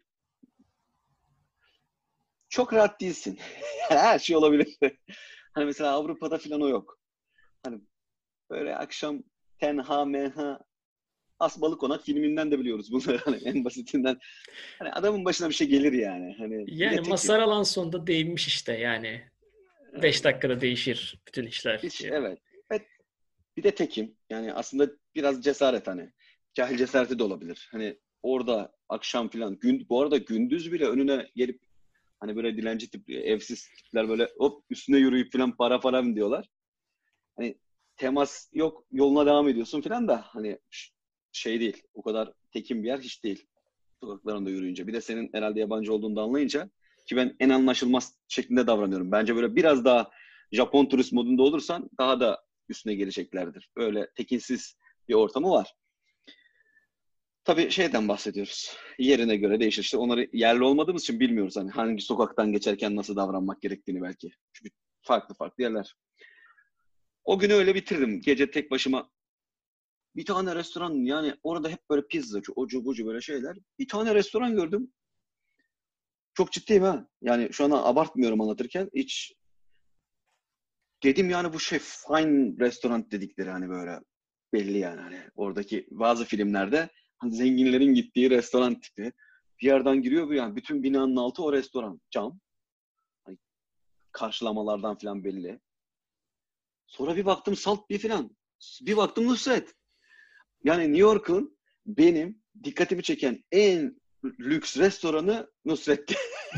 çok rahat değilsin. Her şey olabilir. Hani mesela Avrupa'da falan o yok. Hani böyle akşam tenha menha, Asmalı Konak filminden de biliyoruz bunları hani en basitinden. Hani adamın başına bir şey gelir yani. Hani bir Yani de tekim. Mazhar Alanson'da değinmiş işte yani. Beş Ee, dakikada değişir bütün işler hiç diye. evet. Evet. Bir de tekim. Yani aslında biraz cesaret hani. Cahil cesareti de olabilir. Hani orada akşam falan gün bu arada gündüz bile önüne gelip hani böyle dilenci tip evsiz tipler böyle hop üstüne yürüyüp falan para falan diyorlar. Hani temas yok yoluna devam ediyorsun falan da hani şey değil. O kadar tekin bir yer hiç değil. Sokaklarında yürüyünce. Bir de senin herhalde yabancı olduğunu da anlayınca ki ben en anlaşılmaz şeklinde davranıyorum. Bence böyle biraz daha Japon turist modunda olursan daha da üstüne geleceklerdir. Böyle tekinsiz bir ortamı var. Tabii şeyden bahsediyoruz. Yerine göre değişir. İşte onları yerli olmadığımız için bilmiyoruz hani hangi sokaktan geçerken nasıl davranmak gerektiğini belki. Çünkü farklı farklı yerler. O günü öyle bitirdim. Gece tek başıma bir tane restoran yani orada hep böyle pizzacı, ocu bucu böyle şeyler. Bir tane restoran gördüm. Çok ciddiyim ha. Yani şu an abartmıyorum anlatırken. Hiç dedim yani bu şey fine restoran dedikleri hani böyle belli yani hani oradaki bazı filmlerde hani zenginlerin gittiği restoran tipi. Bir yerden giriyor bu yani bütün binanın altı o restoran. Cam. Hani karşılamalardan falan belli. Sonra bir baktım salt bir falan. Bir baktım Nusret. Yani New York'un benim dikkatimi çeken en lüks restoranı Nusret'ti.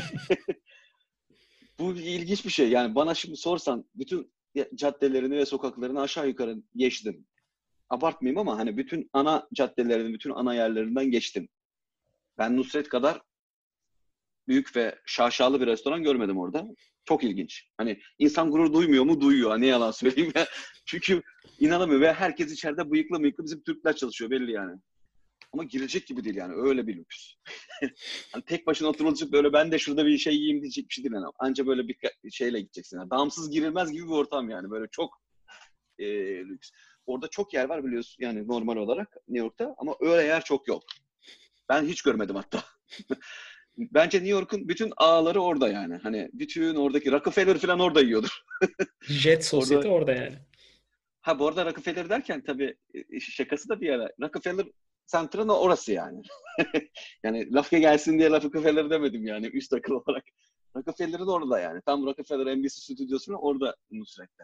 Bu ilginç bir şey. Yani bana şimdi sorsan bütün caddelerini ve sokaklarını aşağı yukarı geçtim. Abartmayayım ama hani bütün ana caddelerini, bütün ana yerlerinden geçtim. Ben Nusret kadar büyük ve şaşalı bir restoran görmedim orada. Çok ilginç. Hani insan gurur duymuyor mu? Duyuyor. Ne yalan söyleyeyim. Çünkü inanamıyor ve herkes içeride bıyıklı mıyıklı bizim Türkler çalışıyor belli yani. Ama girecek gibi değil yani. Öyle bir lüks. Hani tek başına oturulacak böyle ben de şurada bir şey yiyeyim diyecek bir şey değil. Yani. Anca böyle bir şeyle gideceksin. Yani. Damsız girilmez gibi bir ortam yani. Böyle çok e, lüks. Orada çok yer var biliyorsun yani normal olarak New York'ta ama öyle yer çok yok. Ben hiç görmedim hatta. Bence New York'un bütün ağları orada yani. Hani bütün oradaki Rockefeller falan orada yiyordur. Jet Orada sosyete orada yani. ha bu arada Rockefeller derken tabii şakası da bir yana. Rockefeller Center'ın orası yani. Yani laf gelsin diye Rockefeller demedim yani üst akıl olarak. Rockefeller'ın orada yani. Tam Rockefeller N B C stüdyosunun orada Nusret'te.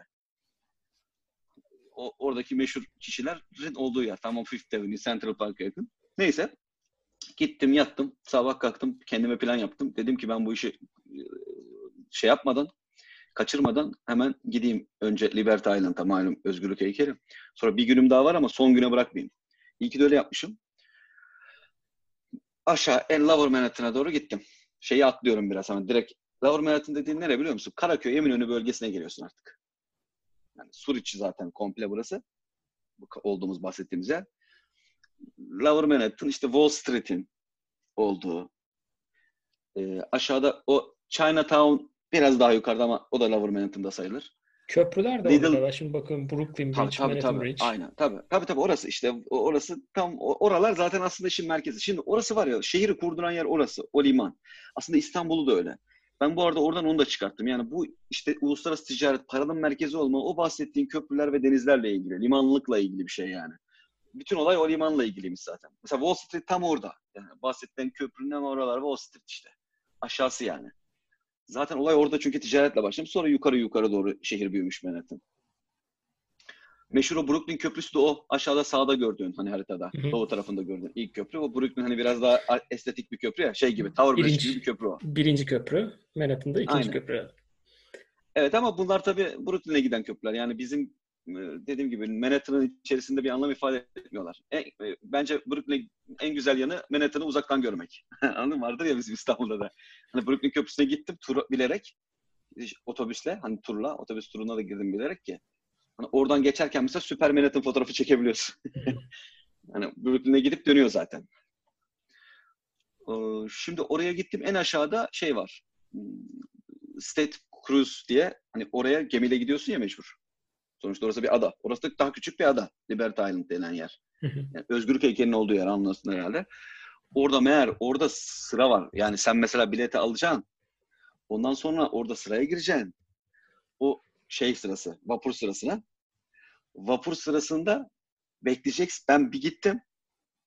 O, oradaki meşhur kişilerin olduğu yer. Tam o Fifth Avenue, Central Park'a yakın. Neyse. Gittim yattım. Sabah kalktım. Kendime plan yaptım. Dedim ki ben bu işi şey yapmadan, kaçırmadan hemen gideyim. Önce Liberty Island'a malum özgürlük heykeli. Sonra bir günüm daha var ama son güne bırakmayayım. İyi ki de öyle yapmışım. Aşağı en Lower Manhattan'a doğru gittim. Şeyi atlıyorum biraz ama direkt. Lower Manhattan dediğin nere biliyor musun? Karaköy, Eminönü bölgesine geliyorsun artık. Yani sur içi zaten komple burası. Bu olduğumuz bahsettiğimiz yer. Lower Manhattan işte Wall Street'in olduğu. E, aşağıda o Chinatown biraz daha yukarıda ama o da Lower Manhattan'da sayılır. Köprüler de orada Little galiba. Şimdi bakıyorum Brooklyn tabii Bridge, tabii Manhattan tabii. Bridge. Aynen tabii. Tabii tabii orası işte orası tam oralar zaten aslında işin merkezi. Şimdi orası var ya şehri kurduran yer orası. O liman. Aslında İstanbul'u da öyle. Ben bu arada oradan onu da çıkarttım. Yani bu işte uluslararası ticaret, paranın merkezi olma, o bahsettiğin köprüler ve denizlerle ilgili, limanlıkla ilgili bir şey yani. Bütün olay o limanla ilgiliymiş zaten. Mesela Wall Street tam orada. Yani bahsedilen köprünün hemen oralar Wall Street işte. Aşağısı yani. Zaten olay orada çünkü ticaretle başlamış. Sonra yukarı yukarı doğru şehir büyümüş Manhattan. Meşhur o Brooklyn Köprüsü de o aşağıda sağda gördüğün hani haritada. Hı hı. Doğu tarafında gördüğün ilk köprü. O Brooklyn hani biraz daha estetik bir köprü ya. Şey gibi Tower Bridge gibi bir Birinci, köprü o. birinci köprü. Manhattan'da ikinci Aynen. köprü. Evet ama bunlar tabii Brooklyn'e giden köprüler. Yani bizim e, dediğim gibi Manhattan'ın içerisinde bir anlam ifade etmiyorlar. En, e, bence Brooklyn'e en güzel yanı Manhattan'ı uzaktan görmek. Anladın mı? Vardır ya bizim İstanbul'da da. Hani Brooklyn Köprüsü'ne gittim tur bilerek otobüsle hani turla otobüs turuna da girdim bilerek ki hani oradan geçerken mesela Süper Manhattan fotoğrafı çekebiliyorsun. Hı hı. Hani Brooklyn'e gidip dönüyor zaten. Ee, Şimdi oraya gittim en aşağıda şey var. Hmm, State Cruise diye hani oraya gemiyle gidiyorsun ya mecbur. Sonuçta orası bir ada. Orası da daha küçük bir ada. Liberty Island denen yer. Hı hı. Yani özgürlük heykelinin olduğu yer anlasın herhalde. Orada meğer orada sıra var. Yani sen mesela bileti alacaksın. Ondan sonra orada sıraya gireceksin. O şey sırası, vapur sırasına. Vapur sırasında bekleyeceksin. Ben bir gittim.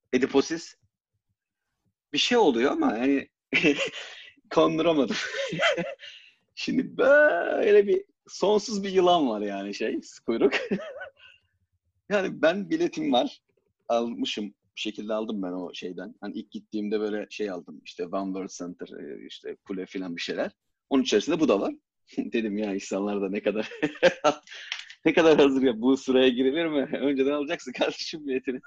Ediposis. Bir şey oluyor ama yani konduramadım. Şimdi böyle bir sonsuz bir yılan var yani şey, kuyruk. Yani ben biletim var. Almışım. Bir şekilde aldım ben o şeyden. Hani ilk gittiğimde böyle şey aldım. İşte One World Center, e, işte kule filan bir şeyler. Onun içerisinde bu da var. Dedim ya insanlar da ne kadar ne kadar hazır ya. Bu sıraya girilir mi? Önceden alacaksın kardeşim biletini.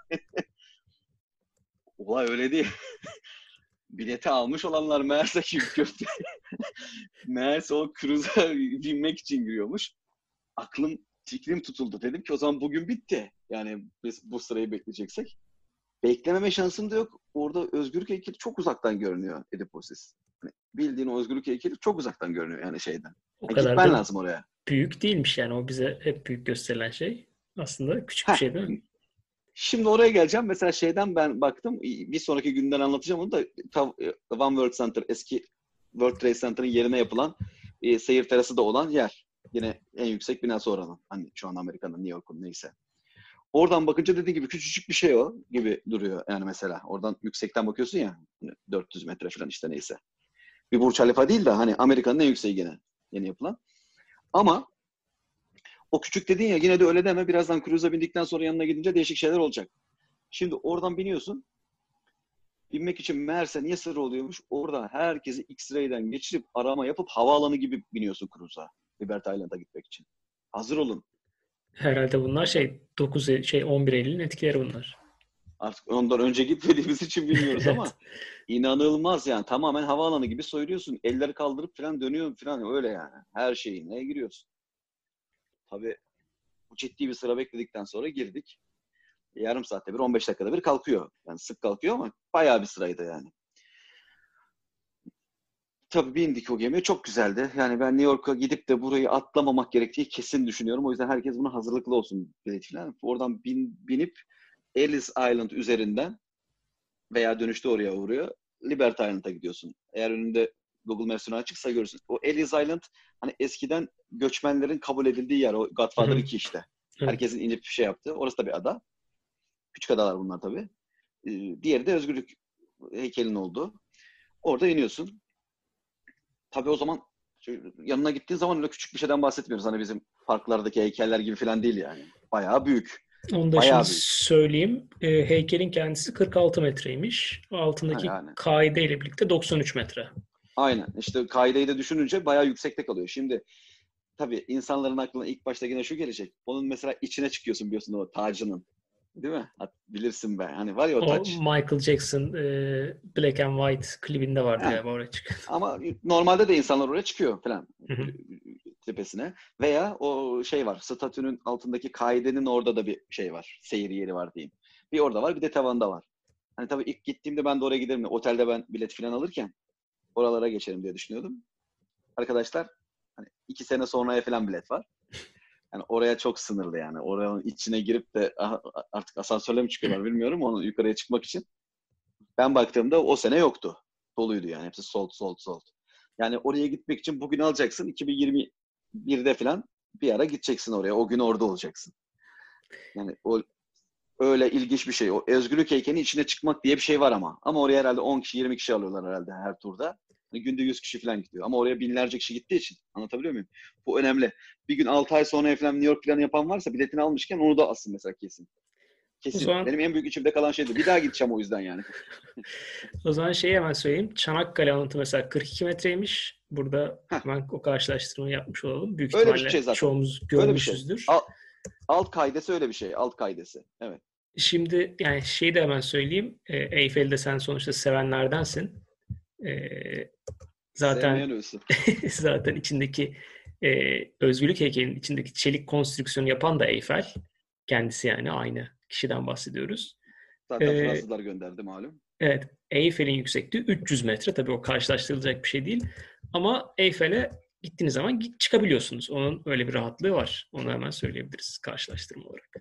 Olay öyle değil. Bileti almış olanlar meğerse kim köfte. Meğerse o cruise'a binmek için giriyormuş. Aklım fikrim tutuldu. Dedim ki o zaman bugün bitti. Yani biz bu sırayı bekleyeceksek. Beklememe şansım da yok. Orada özgürlük heykeli çok uzaktan görünüyor Ediposis. Hani bildiğin o özgürlük heykeli çok uzaktan görünüyor yani şeyden. O Yani kadar gitmen da lazım oraya. büyük değilmiş yani. O bize hep büyük gösterilen şey. Aslında küçük bir Heh. şey değil mi? Şimdi oraya geleceğim. Mesela şeyden ben baktım. Bir sonraki günden anlatacağım onu da. One World Center, eski World Trade Center'ın yerine yapılan e, seyir terası da olan yer. Yine en yüksek binası oranın. Hani şu an Amerika'nın, New York'un neyse. Oradan bakınca dediği gibi küçücük bir şey o gibi duruyor yani mesela. Oradan yüksekten bakıyorsun ya dört yüz metre falan işte neyse. Bir Burj Khalifa değil de hani Amerika'nın en yükseği gene yeni yapılan. Ama o küçük dediğin ya yine de öyle deme. Birazdan cruise'a bindikten sonra yanına gidince değişik şeyler olacak. Şimdi oradan biniyorsun. Binmek için meğerse niye sıra oluyormuş? Orada herkesi X-ray'den geçirip arama yapıp havaalanı gibi biniyorsun cruise'a. Liberty Island'a gitmek için. Hazır olun. Herhalde bunlar şey dokuz E- şey on bir Eylül'ün etkileri bunlar. Artık ondan önce gitmediğimiz için bilmiyoruz Evet. ama inanılmaz yani. Tamamen havaalanı gibi soyuluyorsun. Elleri kaldırıp falan dönüyorsun falan öyle yani. Her şeyine giriyorsun. Tabii bu ciddi bir sıra bekledikten sonra girdik. Yarım saatte bir, on beş dakikada bir kalkıyor. Yani sık kalkıyor ama bayağı bir sıraydı yani. Tabii bindik o gemiye. Çok güzeldi. Yani ben New York'a gidip de burayı atlamamak gerektiği kesin düşünüyorum. O yüzden herkes buna hazırlıklı olsun bilet falan. Oradan bin, binip Ellis Island üzerinden veya dönüşte oraya uğruyor. Liberty Island'a gidiyorsun. Eğer önünde Google Maps'ını açıksa görürsün. O Ellis Island hani eskiden göçmenlerin kabul edildiği yer. O Hı Godfather hı. iki işte. Evet. Herkesin inip şey yaptığı. Orası da bir ada. Küçük adalar bunlar tabii. Ee, diğeri de Özgürlük heykelinin olduğu. Orada iniyorsun. Tabii o zaman yanına gittiğin zaman öyle küçük bir şeyden bahsetmiyoruz. Hani bizim parklardaki heykeller gibi falan değil yani. Bayağı büyük. Onu da şimdi Bayağı büyük. söyleyeyim. E, heykelin kendisi kırk altı metreymiş. Ha Altındaki yani. kaide ile birlikte doksan üç metre. Aynen. İşte kaideyi de düşününce bayağı yüksekte kalıyor. Şimdi tabii insanların aklına ilk başta yine şu gelecek. Onun mesela içine çıkıyorsun biliyorsun o tacının. Değil mi? Bilirsin be. Hani var ya o O taç. Michael Jackson e, Black and White klibinde vardı Heh. galiba oraya çıkan. Ama normalde de insanlar oraya çıkıyor falan Hı hı. tepesine. Veya o şey var. Statünün altındaki kaidenin orada da bir şey var. Seyir yeri var diyeyim. Bir orada var bir de tavanda var. Hani tabii ilk gittiğimde ben de oraya giderim. Otelde ben bilet falan alırken oralara geçerim diye düşünüyordum. Arkadaşlar hani iki sene sonraya falan bilet var. Yani oraya çok sınırlı yani. Oranın içine girip de artık asansörle mi çıkıyorlar bilmiyorum. Onu yukarıya çıkmak için. Ben baktığımda o sene yoktu. Doluydu yani. Hepsi sold, sold, sold. Yani oraya gitmek için bugün alacaksın. iki bin yirmi birde falan bir ara gideceksin oraya. O gün orada olacaksın. Yani o öyle ilginç bir şey. O özgürlük heykelinin içine çıkmak diye bir şey var ama. Ama oraya herhalde on kişi, yirmi kişi alıyorlar herhalde her turda. Yani günde yüz kişi falan gidiyor. Ama oraya binlerce kişi gittiği için. Anlatabiliyor muyum? Bu önemli. Bir gün altı ay sonra falan New York planı yapan varsa biletini almışken onu da alsın mesela kesin. O Kesin. zaman Benim en büyük içimde kalan şeydi. Bir daha gideceğim o yüzden yani. o zaman şeyi hemen söyleyeyim. Çanakkale anıtı mesela kırk iki metreymiş. Burada Heh, hemen o karşılaştırmayı yapmış olalım. Büyük öyle bir şey ihtimalle zaten. çoğumuz Öyle bir şey. görmüşüzdür. Al, alt kaidesi öyle bir şey. Alt kaidesi. Evet. Şimdi yani şeyi de hemen söyleyeyim. E, Eyfel'i de sen sonuçta sevenlerdensin. E, Sevmeyen zaten ölsün. zaten içindeki e, özgürlük heykelinin içindeki çelik konstrüksiyonu yapan da Eyfel. Kendisi yani aynı kişiden bahsediyoruz. Zaten E, Fransızlar gönderdi malum. evet, Eyfel'in yüksekliği üç yüz metre. Tabii o karşılaştırılacak bir şey değil. Ama Eyfel'e gittiğiniz zaman git, çıkabiliyorsunuz. Onun öyle bir rahatlığı var. Onu hemen söyleyebiliriz karşılaştırma olarak.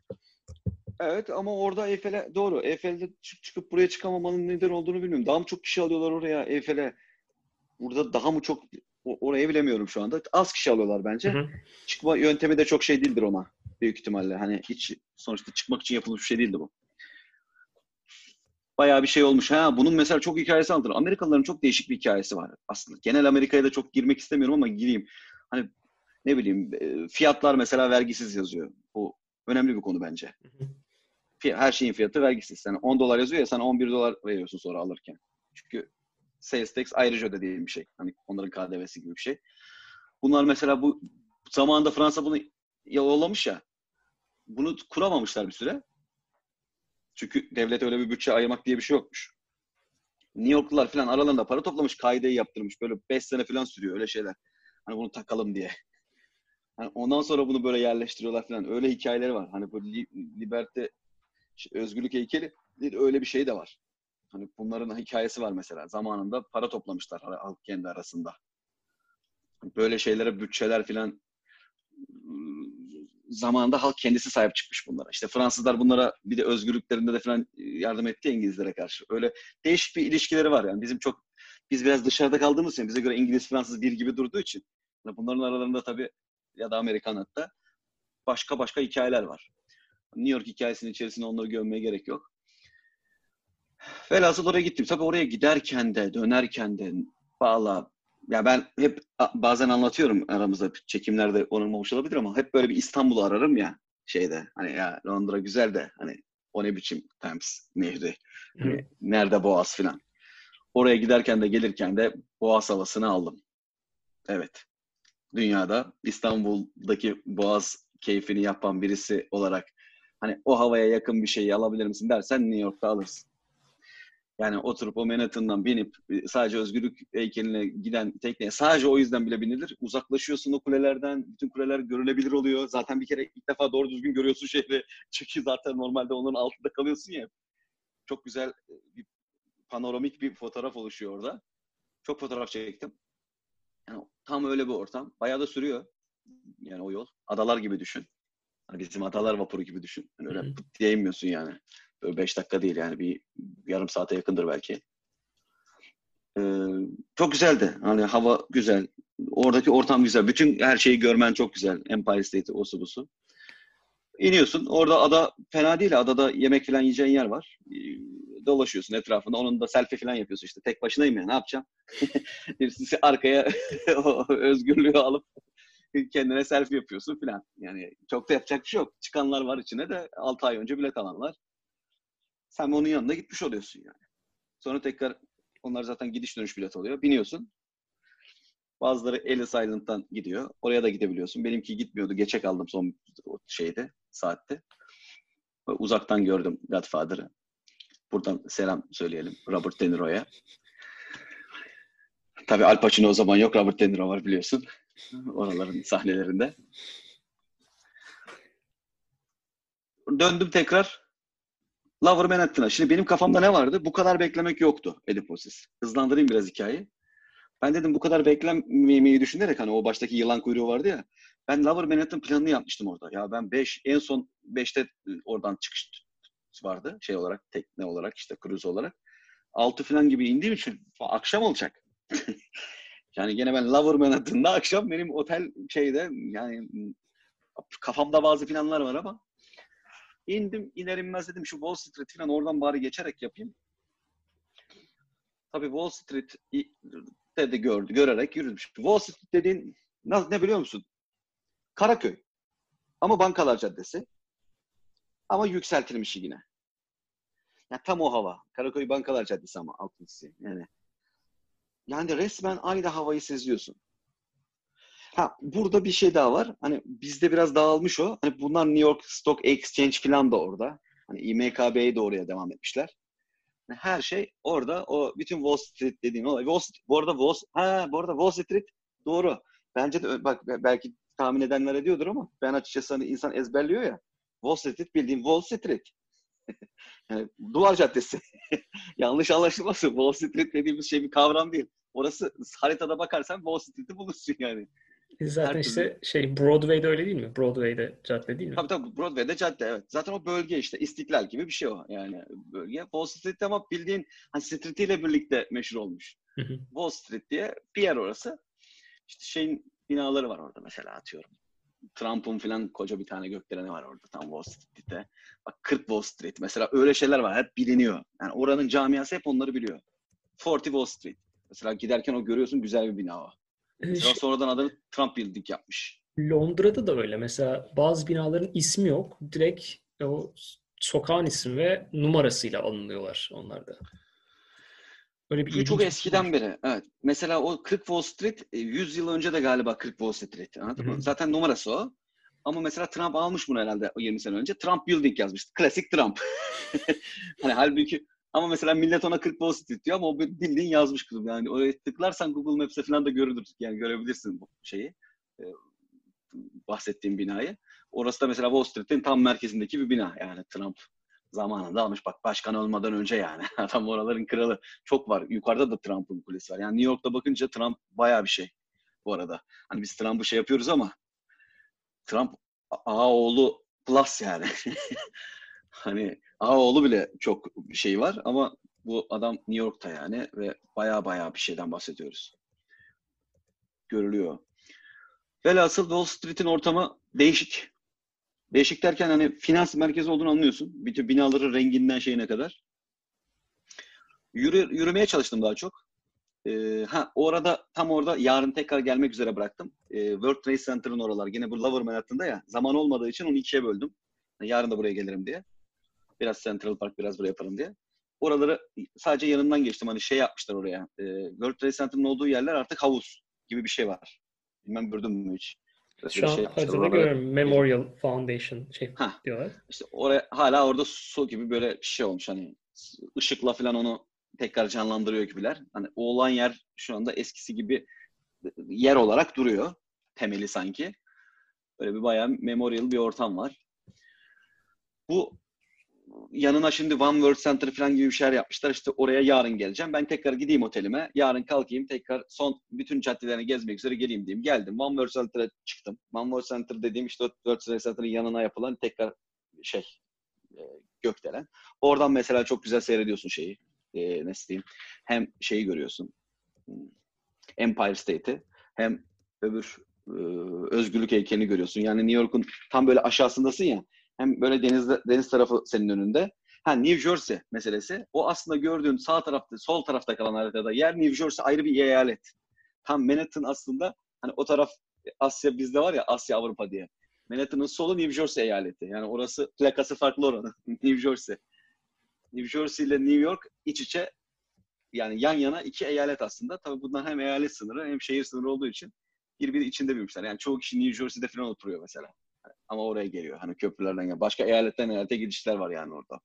Evet ama orada Eyfel'e doğru. Eyfel'de çık, çıkıp buraya çıkamamanın neden olduğunu bilmiyorum. Daha mı çok kişi alıyorlar oraya Eyfel'e? Burada daha mı çok o- orayı bilemiyorum şu anda. Az kişi alıyorlar Hı bence. hı. Çıkma yöntemi de çok şey değildir ona. Büyük ihtimalle. Hani hiç sonuçta çıkmak için yapılmış bir şey değildi bu. bayağı bir şey olmuş. Ha, bunun mesela çok hikayesi anlatır. Amerikalıların çok değişik bir hikayesi var aslında. Genel Amerika'ya da çok girmek istemiyorum ama gireyim. Hani ne bileyim e, fiyatlar mesela vergisiz yazıyor. Bu önemli bir konu bence. Her şeyin fiyatı vergisiz. Yani on dolar yazıyor ya, sen on bir dolar veriyorsun sonra alırken. Çünkü sales tax ayrıca ödediğin bir şey. Hani onların K D V'si gibi bir şey. Bunlar mesela bu zamanında Fransa bunu yollamış ya. Bunu kuramamışlar bir süre. Çünkü devlet öyle bir bütçe ayırmak diye bir şey yokmuş. New Yorklular falan aralarında para toplamış, kaideyi yaptırmış. Böyle beş sene falan sürüyor öyle şeyler. Hani bunu takalım diye. Hani ondan sonra bunu böyle yerleştiriyorlar falan. Öyle hikayeleri var. Hani bu li, liberte, özgürlük heykeli öyle bir şey de var. Hani bunların hikayesi var mesela. Zamanında para toplamışlar halk kendi arasında. Böyle şeylere bütçeler falan zamanında halk kendisi sahip çıkmış bunlara. İşte Fransızlar bunlara bir de özgürlüklerinde de falan yardım etti İngilizlere karşı. Öyle değişik bir ilişkileri var yani. Bizim çok biz biraz dışarıda kaldığımız için bize göre İngiliz Fransız bir gibi durduğu için bunların aralarında tabii ya da Amerikan hatta başka başka hikayeler var. New York hikayesinin içerisinde onları gömmeye gerek yok. Velhasıl oraya gittim. Tabii oraya giderken de dönerken de valla ya ben hep bazen anlatıyorum aramızda çekimlerde olmamış olabilir ama hep böyle bir İstanbul'u ararım ya şeyde hani ya Londra güzel de hani o ne biçim Thames Nehri hani nerede Boğaz filan. Oraya giderken de gelirken de Boğaz havasını aldım. Evet. Dünyada İstanbul'daki Boğaz keyfini yapan birisi olarak hani o havaya yakın bir şeyi alabilir misin dersen New York'ta alırsın. Yani oturup o Manhattan'dan binip sadece özgürlük heykeline giden tekneye sadece o yüzden bile binilir. Uzaklaşıyorsun o kulelerden. Bütün kuleler görülebilir oluyor. Zaten bir kere ilk defa doğru düzgün görüyorsun şehri. Çünkü zaten normalde onların altında kalıyorsun ya. Çok güzel bir panoramik bir fotoğraf oluşuyor orada. Çok fotoğraf çektim. Yani tam öyle bir ortam. Bayağı da sürüyor. Yani o yol. Adalar gibi düşün. Hani bizim adalar vapuru gibi düşün. Yani öyle pıt diye inmiyorsun yani. Böyle beş dakika değil yani. Bir yarım saate yakındır belki. Ee, çok güzeldi. Hani hava güzel. Oradaki ortam güzel. Bütün her şeyi görmen çok güzel. Empire State'i, osu busu. İniyorsun. Orada ada fena değil. Adada yemek falan yiyeceğin yer var. Ee, dolaşıyorsun etrafında. Onun da selfie falan yapıyorsun işte. Tek başınayım ya. Ne yapacağım? Birisi arkaya özgürlüğü alıp kendine selfie yapıyorsun falan. Yani çok da yapacak bir şey yok. Çıkanlar var içine de altı ay önce bilet alanlar. Sen onun yanında gitmiş oluyorsun yani. Sonra tekrar onlar zaten gidiş dönüş bilet alıyor. Biniyorsun. Bazıları Ellis Island'dan gidiyor. Oraya da gidebiliyorsun. Benimki gitmiyordu. Geçe kaldım son şeyde, saatte. Uzaktan gördüm Godfather'ı. Buradan selam söyleyelim Robert De Niro'ya. Tabii Al Pacino o zaman yok. Robert De Niro var biliyorsun. Oraların sahnelerinde. Döndüm tekrar. Lower Manhattan'a. Şimdi benim kafamda ne vardı? Bu kadar beklemek yoktu Ediposis. Hızlandırayım biraz hikayeyi. Ben dedim bu kadar beklememeyi düşünerek hani o baştaki yılan kuyruğu vardı ya. Ben Lower Manhattan planını yapmıştım orada. Ya ben beş en son beşte oradan çıkış vardı şey olarak tekne olarak işte cruise olarak. altı falan gibi indiğim için akşam olacak. Yani gene ben Lower Manhattan'da akşam benim otel şeyde yani kafamda bazı planlar var ama indim iner inmez dedim şu Wall Street falan oradan bari geçerek yapayım. Tabii Wall Street'te de gördü, görerek yürüdüm. Wall Street dediğin ne biliyor musun? Karaköy. Ama Bankalar Caddesi. Ama yükseltilmiş yine. Ya tam o hava. Karaköy Bankalar Caddesi ama altıncısı. Yani yani resmen aynı havayı seziyorsun. Ha burada bir şey daha var. Hani bizde biraz dağılmış o. Hani bunlar New York Stock Exchange falan da orada. Hani İ M K B'ye de oraya devam etmişler. Her şey orada. O bütün Wall Street dediğin olay. Wall Street, bu arada Wall, ha, bu arada Wall Street doğru. Bence de bak belki tahmin edenler ediyordur ama ben açıkçası hani insan ezberliyor ya. Wall Street bildiğim Wall Street. Yani Duvar Caddesi. Yanlış anlaşılmasın. Wall Street dediğimiz şey bir kavram değil. Orası haritada bakarsan Wall Street'i bulursun yani. Zaten Her işte türlü. şey Broadway'de öyle değil mi? Broadway'de cadde değil mi? Tabii tabii Broadway'de cadde evet. Zaten o bölge işte İstiklal gibi bir şey o yani bölge. Wall Street ama bildiğin hani streetiyle birlikte meşhur olmuş. Wall Street diye bir yer orası. İşte şeyin binaları var orada mesela atıyorum. Trump'un falan koca bir tane gökdeleni var orada tam Wall Street'te. Bak kırk Wall Street mesela öyle şeyler var. Hep biliniyor. Yani oranın camiası hep onları biliyor. kırk Wall Street. Mesela giderken o görüyorsun güzel bir bina o. Ee, Mesela şey, sonradan adını Trump Building yapmış. Londra'da da öyle. Mesela bazı binaların ismi yok. Direkt o sokağın ismi ve numarasıyla anılıyorlar onlarda. Böyle bir Bu çok ilginç bir şey var. eskiden beri. Evet. Mesela o kırk Wall Street yüz yıl önce de galiba kırk Wall Street. Hı Anladın hı. mı? Zaten numarası o. Ama mesela Trump almış bunu herhalde yirmi sene önce. Trump Building yazmış. Klasik Trump. Hani halbuki ama mesela millet ona kırk Wall Street diyor ama o bildiğin yazmış kızım. Yani oraya tıklarsan Google Maps'e falan da görülür. Yani görebilirsin bu şeyi. E, bahsettiğim binayı. Orası da mesela Wall Street'in tam merkezindeki bir bina. Yani Trump zamanında almış. Bak başkan olmadan önce yani. Adam oraların kralı. Çok var. Yukarıda da Trump'ın kulesi var. Yani New York'ta bakınca Trump bayağı bir şey bu arada. Hani biz Trump'ı şey yapıyoruz ama Trump Ağaoğlu plus yani. Hani Ağaoğlu bile çok şey var ama bu adam New York'ta yani ve bayağı bayağı bir şeyden bahsediyoruz. Görülüyor. Velhasıl Wall Street'in ortamı değişik. Değişik derken hani finans merkezi olduğunu anlıyorsun. Bütün binaların renginden şeyine kadar. Yürü, yürümeye çalıştım daha çok. Ee, ha orada tam orada yarın tekrar gelmek üzere bıraktım. Ee, World Trade Center'ın oralar. Yine bu Lower Manhattan'da ya. Zaman olmadığı için onu ikiye böldüm. Yarın da buraya gelirim diye. Biraz Central Park, biraz buraya yaparım diye. Oraları sadece yanından geçtim. Hani şey yapmışlar oraya. Ee, World Trade Center'ın olduğu yerler artık havuz gibi bir şey var. Bilmem gördün mü hiç? Şu Böyle an şey yapmışlar. haritada Oraları görüyorum. Memorial Foundation şey ha diyorlar. işte oraya hala orada su gibi böyle bir şey olmuş hani ışıkla falan onu tekrar canlandırıyor gibiler. Hani o olan yer şu anda eskisi gibi yer olarak duruyor. Temeli sanki. Böyle bir bayağı memorial bir ortam var. Bu yanına şimdi One World Center falan gibi bir şeyler yapmışlar. İşte oraya yarın geleceğim. Ben tekrar gideyim otelime. Yarın kalkayım tekrar son bütün caddelerini gezmek üzere geleyim diyeyim. Geldim. One World Center'a çıktım. One World Center dediğim işte o World Trade Center'ın yanına yapılan tekrar şey e, gökdelen. Oradan mesela çok güzel seyrediyorsun şeyi. E, nasıl diyeyim? Hem şeyi görüyorsun. Empire State'i hem öbür e, özgürlük heykelini görüyorsun. Yani New York'un tam böyle aşağısındasın ya. Hem böyle deniz deniz tarafı senin önünde. Ha New Jersey meselesi. O aslında gördüğün sağ tarafta, sol tarafta kalan haritada yer New Jersey ayrı bir eyalet. Tam Manhattan aslında hani o taraf Asya bizde var ya Asya Avrupa diye. Manhattan'ın solu New Jersey eyaleti. Yani orası plakası farklı oranın. New Jersey. New Jersey ile New York iç içe yani yan yana iki eyalet aslında. Tabii bunlar hem eyalet sınırı hem şehir sınırı olduğu için birbiri içinde büyümüşler. Yani çoğu kişi New Jersey'de falan oturuyor mesela. Ama oraya geliyor. Hani köprülerden geliyor. Başka eyaletten eyalete gidişler var yani orada.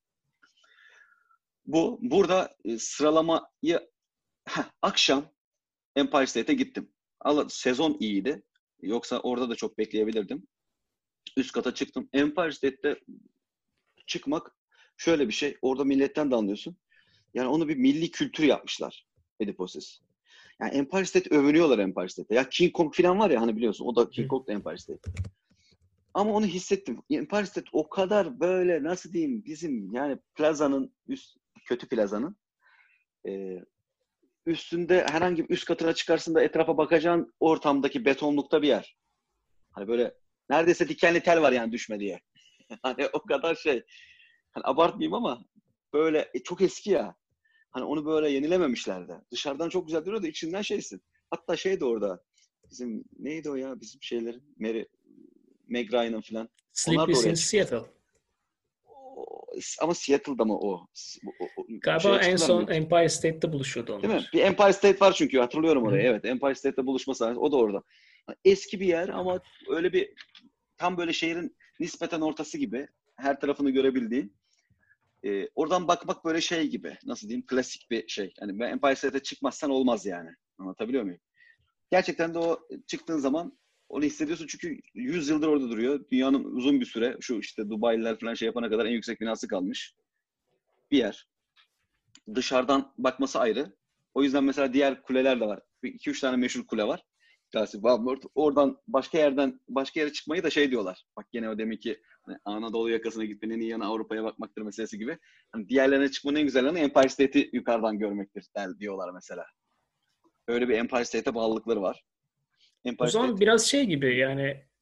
Bu burada e, sıralamayı heh, akşam Empire State'e gittim. Allah, sezon iyiydi. Yoksa orada da çok bekleyebilirdim. Üst kata çıktım. Empire State'te çıkmak şöyle bir şey. Orada milletten de anlıyorsun. Yani onu bir milli kültür yapmışlar. Ediposiz. Yani Empire State övünüyorlar Empire State'te. Ya King Kong falan var ya hani biliyorsun. O da King Kong da Empire State. Ama onu hissettim. Empire State o kadar böyle nasıl diyeyim bizim yani plazanın üst kötü plazanın e, üstünde herhangi bir üst katına çıkarsın da etrafa bakacağın ortamdaki betonlukta bir yer. Hani böyle neredeyse dikenli tel var yani düşme diye. Hani o kadar şey. Hani abartmayayım ama böyle e, çok eski ya. Hani onu böyle yenilememişlerdi. Dışarıdan çok güzel duruyor da içinden şeysin. Hatta şey de orada. Bizim neydi o ya bizim şeylerin Mary, Meg Ryan'ın falan. Onlar da Sleepless in oraya çıkmış. Seattle. O, ama Seattle'da mı o? O, o? Galiba Şeye en çıktılar mı son yoksa? Empire State'te buluşuyordu Değil mi? onlar. Bir Empire State var çünkü hatırlıyorum Hı orayı. hı. Evet Empire State'te buluşma sahnesi. O da orada. Eski bir yer ama öyle bir tam böyle şehrin nispeten ortası gibi. Her tarafını görebildiğin. Ee, oradan bakmak böyle şey gibi. Nasıl diyeyim? Klasik bir şey. Yani ben Empire State'e çıkmazsan olmaz yani. Anlatabiliyor muyum? Gerçekten de o çıktığın zaman onu hissediyorsun çünkü yüz yıldır orada duruyor. Dünyanın uzun bir süre şu işte Dubai'liler falan şey yapana kadar en yüksek binası kalmış bir yer. Dışarıdan bakması ayrı. O yüzden mesela diğer kuleler de var. iki üç tane meşhur kule var. Classic One oradan başka yerden başka yere çıkmayı da şey diyorlar. Bak gene o demek ki hani Anadolu yakasına gitmenin en iyi yanı Avrupa'ya bakmaktır meselesi gibi. Hani diğerlerine çıkmanın en güzel yanı Empire State'i yukarıdan görmektir der, diyorlar mesela. Öyle bir Empire State'e bağlılıkları var. O Empire zaman State biraz şey gibi yani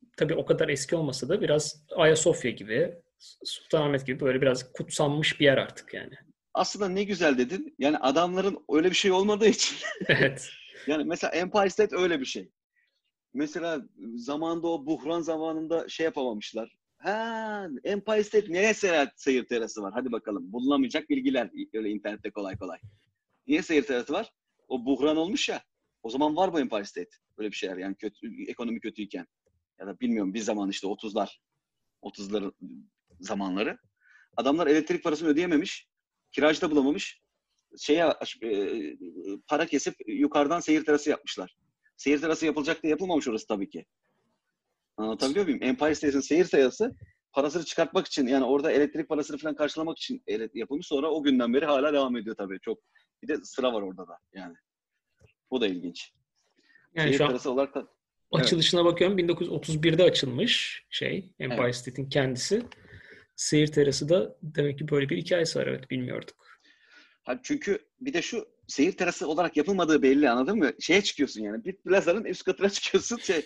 tabii o kadar eski olmasa da biraz Ayasofya gibi, Sultanahmet gibi böyle biraz kutsanmış bir yer artık yani. Aslında ne güzel dedin. Yani adamların öyle bir şey olmadığı için. Evet. Yani mesela Empire State öyle bir şey. Mesela zamanında o buhran zamanında şey yapamamışlar. Ha, Empire State neye seyahat seyir terası var? Hadi bakalım. Bulunamayacak bilgiler öyle internette kolay kolay. Niye seyir terası var? O buhran olmuş ya. O zaman var bu Empire State. Böyle bir şeyler yani kötü, ekonomi kötüyken. Ya da bilmiyorum bir zaman işte otuzlar. otuzların zamanları. Adamlar elektrik parasını ödeyememiş. Kiracı da bulamamış. Şeye e, para kesip yukarıdan seyir terası yapmışlar. Seyir terası yapılacak da yapılmamış orası tabii ki. Anlatabiliyor muyum? Empire State'in seyir terası parasını çıkartmak için yani orada elektrik parasını falan karşılamak için yapılmış. Sonra o günden beri hala devam ediyor tabii. Çok bir de sıra var orada da yani. Bu da ilginç. Yani Seyir şu an terası olarak da evet. açılışına bakıyorum, bin dokuz yüz otuz birde açılmış şey Evet. Empire State'in kendisi. Seyir terası da demek ki böyle bir hikayesi var, evet, bilmiyorduk. Ha, çünkü bir de şu seyir terası olarak yapılmadığı belli anladın mı? Şeye çıkıyorsun yani. Bir plazanın üst katına çıkıyorsun şey.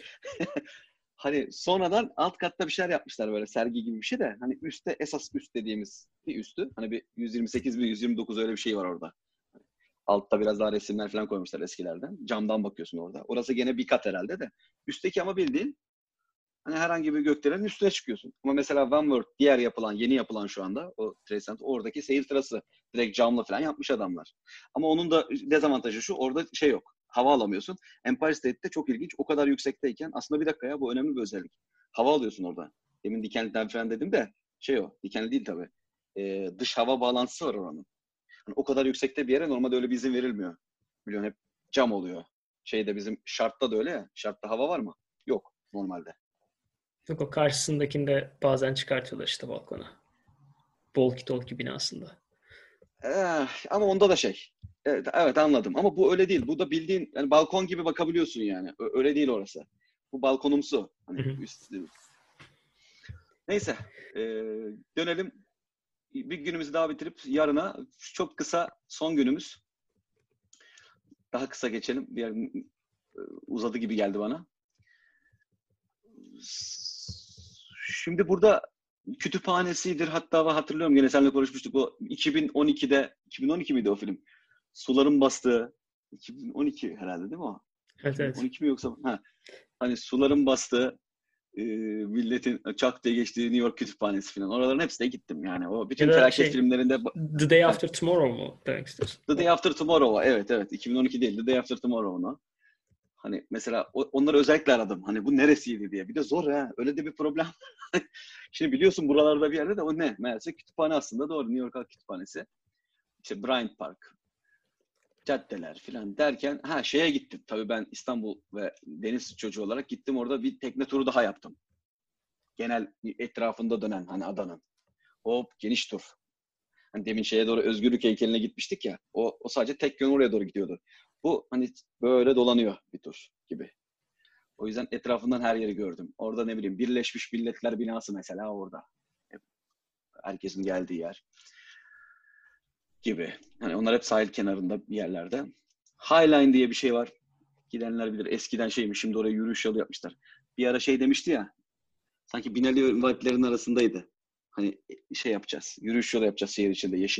Hani sonradan alt katta bir şeyler yapmışlar böyle sergi gibi bir şey de. Hani üstte esas üst dediğimiz bir üstü. Hani bir yüz yirmi sekiz bir yüz yirmi dokuz öyle bir şey var orada. Altta biraz daha resimler falan koymuşlar eskilerden. Camdan bakıyorsun orada. Orası gene bir kat herhalde de. Üstteki ama bildiğin hani herhangi bir gökdelenin üstüne çıkıyorsun. Ama mesela One World diğer yapılan, yeni yapılan şu anda o Trade Center oradaki seyir terası direkt camla falan yapmış adamlar. Ama onun da dezavantajı şu orada şey yok. Hava alamıyorsun. Empire State'te çok ilginç. O kadar yüksekteyken aslında bir dakika ya bu önemli bir özellik. Hava alıyorsun orada. Demin dikenliden falan dedim de şey o. Dikenli değil tabii. Ee, dış hava bağlantısı var oranın. Yani o kadar yüksekte bir yere normalde öyle bir izin verilmiyor. Biliyorsun hep cam oluyor. Şeyde bizim şartta da öyle ya. Şartta hava var mı? Yok normalde. Yok, o karşısındakinde bazen çıkartıyorlar işte balkona. Walkie-talkie binasında. Eh, ama onda da şey. Evet, evet anladım. Ama bu öyle değil. Bu da bildiğin yani balkon gibi bakabiliyorsun yani. Ö- öyle değil orası. Bu balkonumsu. Hı Hani hı. üst. Neyse. e, dönelim. Bir günümüzü daha bitirip yarına çok kısa son günümüz. Daha kısa geçelim. Bir yer, uzadı gibi geldi bana. Şimdi burada kütüphanesidir hatta hatırlıyorum yine seninle konuşmuştuk o iki bin on ikide iki bin on iki miydi o film? Suların bastığı iki bin on iki herhalde değil mi o? Evet, evet. iki bin on iki mi yoksa ha hani suların bastığı e, milletin çak diye geçtiği New York kütüphanesi falan. Oraların hepsine gittim yani. O Ya bütün da felaket şey, filmlerinde The Day ha, After Tomorrow mu demek istiyorsun? The Day O. After Tomorrow evet evet iki bin on iki değil The Day After Tomorrow'unu. Hani mesela o, onları özellikle aradım. Hani bu neresiydi diye. Bir de zor ha. Öyle de bir problem. Şimdi biliyorsun buralarda bir yerde de o ne? Meğerse kütüphane aslında doğru. New York Halk Kütüphanesi. İşte Bryant Park, caddeler falan derken ha şeye gittim. Tabii ben İstanbul ve deniz çocuğu olarak gittim orada bir tekne turu daha yaptım. Genel etrafında dönen hani adanın. Hop geniş tur. Hani demin şeye doğru Özgürlük heykeline gitmiştik ya. O, o sadece tek yön oraya doğru gidiyordu. Bu hani böyle dolanıyor bir tur gibi. O yüzden etrafından her yeri gördüm. Orada ne bileyim Birleşmiş Milletler binası mesela orada. Herkesin geldiği yer gibi. Hani onlar hep sahil kenarında bir yerlerde. Highline diye bir şey var. Gidenler bilir. Eskiden şeymiş. Şimdi oraya yürüyüş yolu yapmışlar. Bir ara şey demişti ya. Sanki Binali Vibe'lerin arasındaydı. Hani şey yapacağız. Yürüyüş yolu yapacağız şehir içinde yeşil.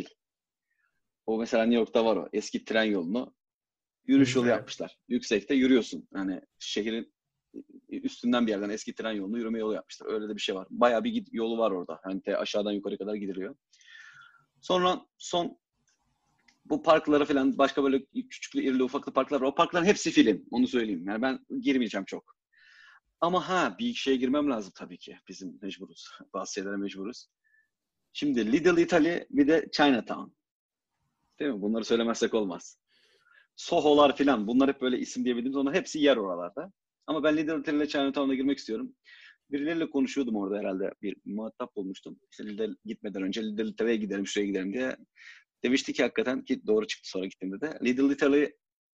O mesela New York'ta var o. Eski tren yolunu Hı, yürüyüş yolu evet. yapmışlar. Yüksekte yürüyorsun. Yani şehrin üstünden bir yerden eski tren yolunu yürüme yolu yapmışlar. Öyle de bir şey var. Bayağı bir yolu var orada. Hani te aşağıdan yukarı kadar gidiliyor. Sonra son bu parklara falan başka böyle küçüklü irili ufaklı parklar var. O parkların hepsi film. Onu söyleyeyim. Yani ben girmeyeceğim çok. Ama ha bir şeye girmem lazım tabii ki. Bizim mecburuz. Bazı şeylere mecburuz. Şimdi Little Italy bir de Chinatown. Değil mi? Bunları söylemezsek olmaz. Soho'lar falan. Bunlar hep böyle isim diyebildiğimiz. Onlar hepsi yer oralarda. Ama ben Little Italy ile Chinatown'a girmek istiyorum. Birileriyle konuşuyordum orada herhalde. Bir muhatap bulmuştum. İşte Lidl gitmeden önce Little Italy'ye gidelim, şuraya gidelim diye. Demişti ki hakikaten ki doğru çıktı sonra gittiğimde de. Little Italy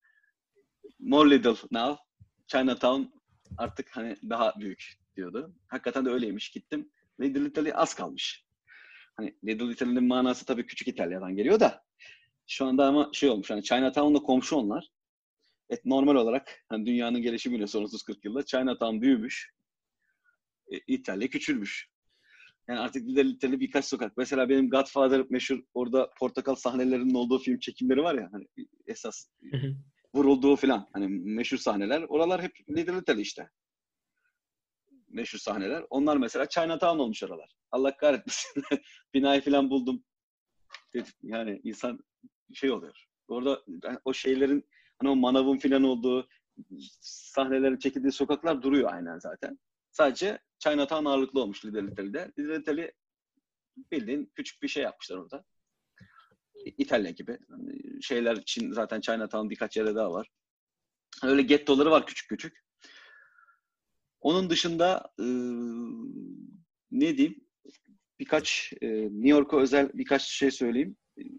more little now. Chinatown artık hani daha büyük diyordu. Hakikaten de öyleymiş. Gittim. Little Italy az kalmış. Hani Little Italy'nin manası tabii küçük İtalya'dan geliyor da. Şu anda ama şey olmuş. Hani Chinatown'la komşu onlar. Evet, normal olarak hani dünyanın gelişimiyle son otuz kırk yılda Chinatown büyümüş. E, İtalya küçülmüş. Yani artık Liderli birkaç sokak. Mesela benim Godfather meşhur orada portakal sahnelerinin olduğu film çekimleri var ya hani esas Hı hı. vurulduğu falan hani meşhur sahneler. Oralar hep Liderli işte. Meşhur sahneler. Onlar mesela Chinatown olmuş oralar. Allah kahretmesin. Binayı falan buldum. Dedim. Yani insan şey oluyor. Orada o şeylerin hani o manavın falan olduğu sahnelerin çekildiği sokaklar duruyor aynen zaten. Sadece Chinatown ağırlıklı olmuş Liderli'de. Liderli bildiğin küçük bir şey yapmışlar orada. İtalya gibi. Yani şeyler için zaten Chinatown birkaç yere daha var. Öyle gettoları var küçük küçük. Onun dışında e, ne diyeyim? Birkaç e, New York'a özel birkaç şey söyleyeyim.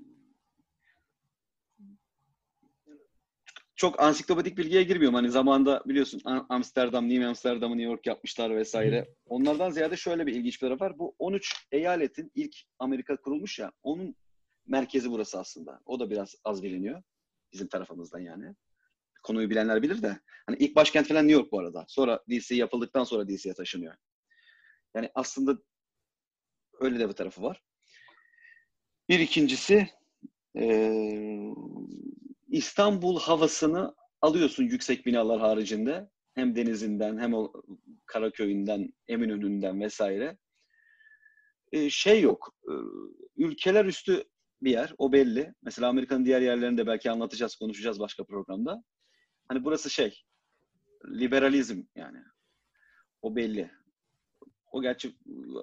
Çok ansiklopedik bilgiye girmiyorum. Hani zamanda biliyorsun Amsterdam, New Amsterdam'ı New York yapmışlar Hı hı. vesaire. Onlardan ziyade şöyle bir ilginç bir taraf var. Bu on üç eyaletin ilk Amerika kurulmuş ya, onun merkezi burası aslında. O da biraz az biliniyor. Bizim tarafımızdan yani. Konuyu bilenler bilir de. Hani ilk başkent falan New York bu arada. Sonra D C yapıldıktan sonra D C'ye taşınıyor. Yani aslında öyle de bir tarafı var. Bir ikincisi Ee, İstanbul havasını alıyorsun yüksek binalar haricinde. Hem denizinden hem o Karaköy'ünden, Eminönü'nden vesaire. Ee, şey yok. Ee, ülkeler üstü bir yer. O belli. Mesela Amerika'nın diğer yerlerinde de belki anlatacağız, konuşacağız başka programda. Hani burası şey, liberalizm yani. O belli. O gerçi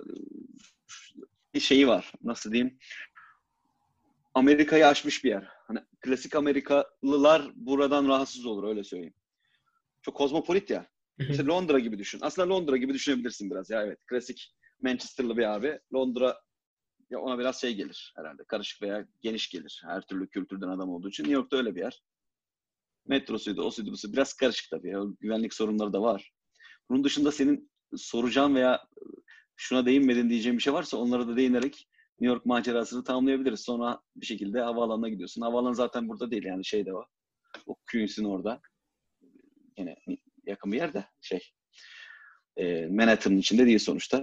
bir şeyi var. Nasıl diyeyim? Amerika'yı aşmış bir yer. Hani klasik Amerikalılar buradan rahatsız olur öyle söyleyeyim. Çok kozmopolit ya. Hı hı. İşte Londra gibi düşün. Aslında Londra gibi düşünebilirsin biraz ya evet. Klasik Manchester'lı bir abi. Londra ya ona biraz şey gelir herhalde. Karışık veya geniş gelir. Her türlü kültürden adam olduğu için. New York'ta öyle bir yer. Metrosuydu, o suydu, bu suydu. Biraz karışık tabii. Ya. Güvenlik sorunları da var. Bunun dışında senin soracağın veya şuna değinmedin diyeceğim bir şey varsa onlara da değinerek New York macerasını tamamlayabiliriz. Sonra bir şekilde havaalanına gidiyorsun. Havaalanı zaten burada değil yani şeyde o. O Queens'in orada. Yine yakın bir yerde şey. E, Manhattan'ın içinde değil sonuçta.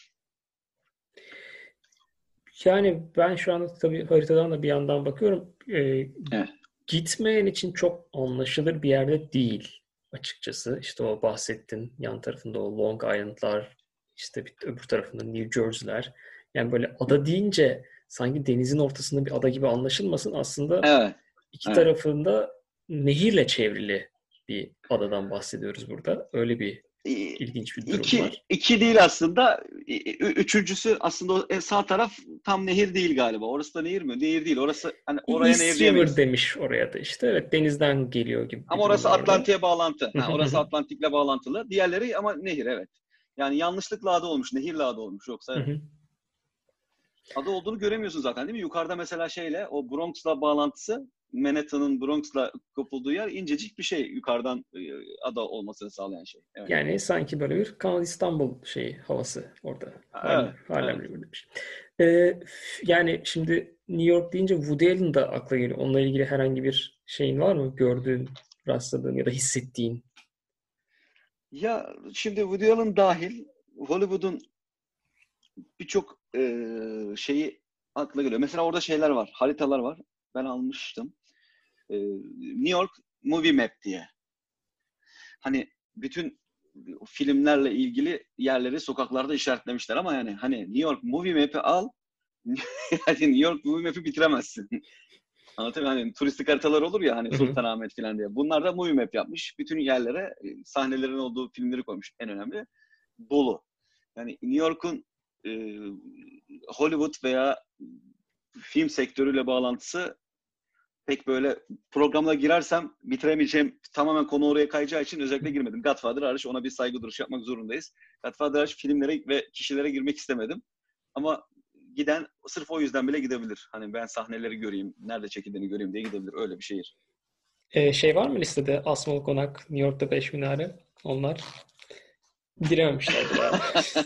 Yani ben şu anda tabii haritadan da bir yandan bakıyorum. Ee, Evet. gitmeyen için çok anlaşılır bir yerde değil açıkçası. İşte o bahsettin yan tarafında o Long Island'lar, işte bir, öbür tarafında New Jersey'ler. Yani böyle ada deyince sanki denizin ortasında bir ada gibi anlaşılmasın. Aslında Evet. iki Evet. tarafında nehirle çevrili bir adadan bahsediyoruz burada. Öyle bir ilginç bir durum İki, var. iki değil aslında. Üçüncüsü aslında o sağ taraf tam nehir değil galiba. Orası da nehir mi? Nehir değil. Orası hani oraya nehir East River diyemeyiz. demiş oraya da işte. Evet, denizden geliyor gibi bir Ama durum orası var orada. Atlantik'e bağlantı. Ha, orası Atlantik'le bağlantılı. Diğerleri ama nehir evet. Yani yanlışlıkla adı olmuş. Nehirle adı olmuş. Yoksa evet. Adı olduğunu göremiyorsun zaten değil mi? Yukarıda mesela şeyle o Bronx'la bağlantısı Manhattan'ın Bronx'la kopulduğu yer incecik bir şey. Yukarıdan e, ada olmasını sağlayan şey. Evet. Yani sanki böyle bir Kanal İstanbul şeyi havası orada. Harlem, Evet. Harlem Evet. River'demiş. Ee, yani şimdi New York deyince Woody Allen da akla geliyor. Onunla ilgili herhangi bir şeyin var mı? Gördüğün, rastladığın ya da hissettiğin. Ya şimdi Woody Allen dahil Hollywood'un birçok e, şeyi akla geliyor. Mesela orada şeyler var, haritalar var. Ben almıştım. E, New York Movie Map diye. Hani bütün filmlerle ilgili yerleri sokaklarda işaretlemişler ama yani hani New York Movie Map'i al, yani New York Movie Map'i bitiremezsin. Anlatabiliyor muyum? Hani turistik haritalar olur ya hani Hı hı. Sultanahmet falan diye. Bunlar da Movie Map yapmış. Bütün yerlere e, sahnelerin olduğu filmleri koymuş en önemli. Dolu. Yani New York'un e, Hollywood veya film sektörüyle bağlantısı pek böyle programla girersem bitiremeyeceğim tamamen konu oraya kayacağı için özellikle girmedim. Godfather hariç ona bir saygı duruşu yapmak zorundayız. Godfather hariç filmlere ve kişilere girmek istemedim. Ama giden sırf o yüzden bile gidebilir. Hani ben sahneleri göreyim, nerede çekildiğini göreyim diye gidebilir. Öyle bir şehir. Ee, şey var mı listede? Asmalı Konak, New York'ta Beş Minare. Onlar girememişlerdir abi.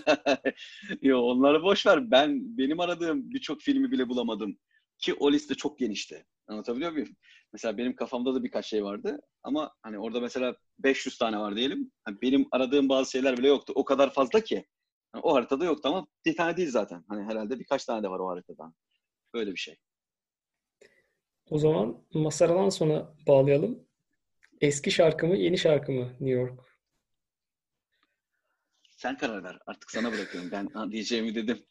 Yo onları boş ver. Ben benim aradığım birçok filmi bile bulamadım. Ki o liste çok genişti. Anlatabiliyor muyum? Mesela benim kafamda da birkaç şey vardı. Ama hani orada mesela beş yüz tane var diyelim. Hani benim aradığım bazı şeyler bile yoktu. O kadar fazla ki. Yani o haritada yoktu ama bir tane değil zaten. Hani herhalde birkaç tane de var o haritadan. Böyle bir şey. O zaman Mazhar sonra bağlayalım. Eski şarkı mı, yeni şarkı mı New York? Sen karar ver. Artık sana bırakıyorum. Ben ha, diyeceğimi dedim.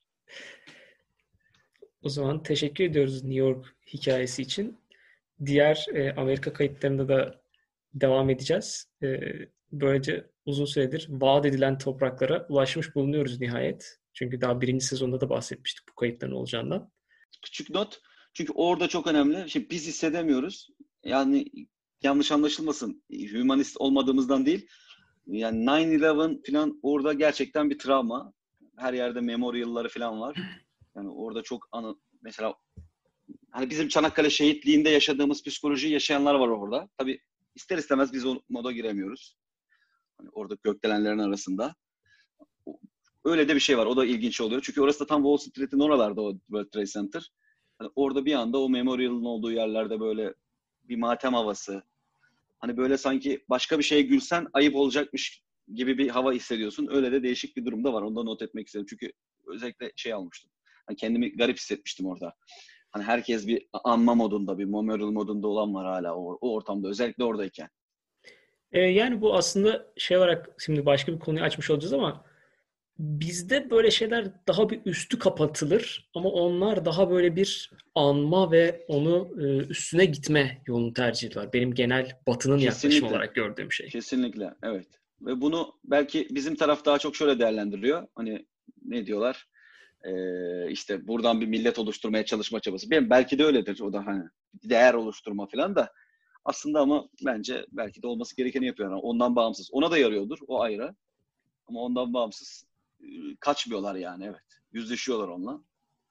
O zaman teşekkür ediyoruz New York hikayesi için. Diğer e, Amerika kayıtlarında da devam edeceğiz. E, böylece uzun süredir vaat edilen topraklara ulaşmış bulunuyoruz nihayet. Çünkü daha birinci sezonda da bahsetmiştik bu kayıtların olacağından. Küçük not. Çünkü orada çok önemli. Şimdi biz hissedemiyoruz. Yani yanlış anlaşılmasın. Hümanist olmadığımızdan değil. Yani nine eleven falan orada gerçekten bir travma. Her yerde memorial'ları falan var. Yani orada çok anı, mesela hani bizim Çanakkale şehitliğinde yaşadığımız psikolojiyi yaşayanlar var orada. Tabii ister istemez biz o moda giremiyoruz. Hani orada gökdelenlerin arasında. Öyle de bir şey var. O da ilginç oluyor. Çünkü orası da tam Wall Street'in oralarda o World Trade Center. Hani orada bir anda o memorial'ın olduğu yerlerde böyle bir matem havası. Hani böyle sanki başka bir şeye gülsen ayıp olacakmış gibi bir hava hissediyorsun. Öyle de değişik bir durumda var. Onu da not etmek istedim. Çünkü özellikle şey almıştım. Hani kendimi garip hissetmiştim orada. Hani herkes bir anma modunda, bir memorial modunda olan var hala o, o ortamda. Özellikle oradayken. E, yani bu aslında şey olarak şimdi başka bir konuyu açmış olacağız ama bizde böyle şeyler daha bir üstü kapatılır ama onlar daha böyle bir anma ve onu e, üstüne gitme yolunu tercih ediyorlar. Benim genel Batı'nın yaklaşımı Kesinlikle. olarak gördüğüm şey. Kesinlikle. Evet. Ve bunu belki bizim taraf daha çok şöyle değerlendiriyor. Hani ne diyorlar? Ee, işte buradan bir millet oluşturmaya çalışma çabası. Benim belki de öyledir. O da hani değer oluşturma falan da. Aslında ama bence belki de olması gerekeni yapıyor. Yani ondan bağımsız. Ona da yarıyordur. O ayrı. Ama ondan bağımsız e, kaçmıyorlar yani, evet. Yüzleşiyorlar onunla.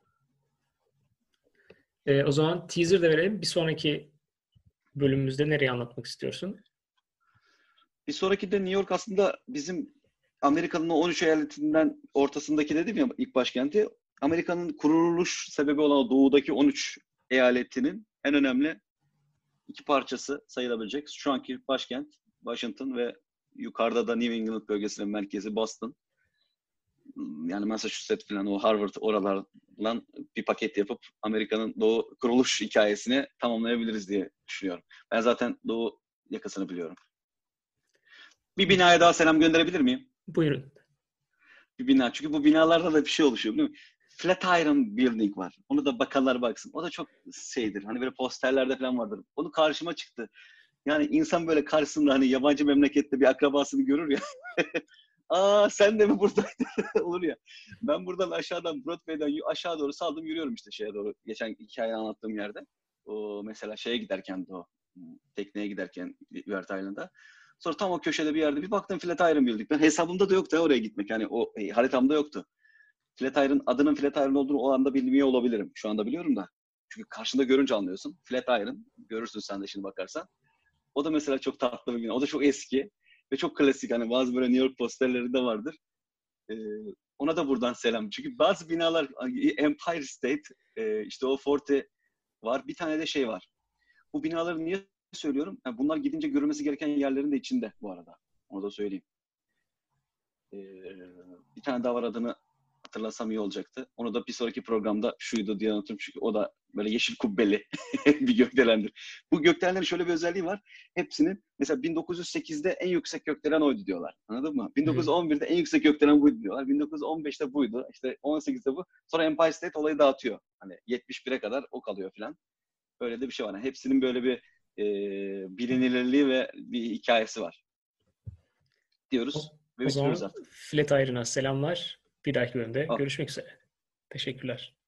E, o zaman teaser de verelim. Bir sonraki bölümümüzde nereye anlatmak istiyorsun? Bir sonraki de New York aslında bizim Amerika'nın o on üç eyaletinden ortasındaki dedim ya ilk başkenti. Amerika'nın kuruluş sebebi olan o doğudaki on üç eyaletinin en önemli iki parçası sayılabilecek. Şu anki başkent Washington ve yukarıda da New England bölgesinin merkezi Boston. Yani Massachusetts falan o Harvard oralarla bir paket yapıp Amerika'nın doğu kuruluş hikayesini tamamlayabiliriz diye düşünüyorum. Ben zaten doğu yakasını biliyorum. Bir binaya daha selam gönderebilir miyim? Buyurun. Bir bina. Çünkü bu binalarda da bir şey oluşuyor biliyor musun? Flatiron Building var. Onu da bakanlar baksın. O da çok şeydir. Hani böyle posterlerde falan vardır. Onu karşıma çıktı. Yani insan böyle karşısında hani yabancı memlekette bir akrabasını görür ya. Aa sen de mi buradaydın? Olur ya. Ben buradan aşağıdan Broadway'den aşağı doğru saldım yürüyorum işte şeye doğru. Geçen hikayeyi anlattığım yerde. O mesela şeye giderken de o tekneye giderken Üert Island'a. Sonra tam o köşede bir yerde bir baktım Flatiron Building. Ben hesabımda da yoktu oraya gitmek. Yani o e, haritamda yoktu. Flatiron adının Flatiron olduğunu o anda bilmiyor olabilirim. Şu anda biliyorum da. Çünkü karşında görünce anlıyorsun. Flatiron. Görürsün sen de şimdi bakarsan. O da mesela çok tatlı bir bina. O da çok eski ve çok klasik. Hani bazı böyle New York posterleri de vardır. Ee, ona da buradan selam. Çünkü bazı binalar Empire State, e, işte o Forte var. Bir tane de şey var. Bu binaları niye söylüyorum? Yani bunlar gidince görülmesi gereken yerlerin de içinde bu arada. Onu da söyleyeyim. Ee, bir tane daha var, adını hatırlasam iyi olacaktı. Onu da bir sonraki programda şuydu diye anlatırım. Çünkü o da böyle yeşil kubbeli bir gökdelendir. Bu gökdelenlerin şöyle bir özelliği var. Hepsinin mesela bin dokuz yüz sekizde en yüksek gökdelen oydu diyorlar. Anladın mı? bin dokuz yüz on birde en yüksek gökdelen buydu diyorlar. bin dokuz yüz on beşte buydu. İşte on sekizde bu. Sonra Empire State olayı dağıtıyor. Hani yetmiş bire kadar o kalıyor falan. Öyle de bir şey var. Yani hepsinin böyle bir e, bilinirliği ve bir hikayesi var. O, Diyoruz ve o bitiriyoruz zaman artık. Flatiron'a selamlar. Bir dahaki bölümde Oh. görüşmek üzere. Teşekkürler.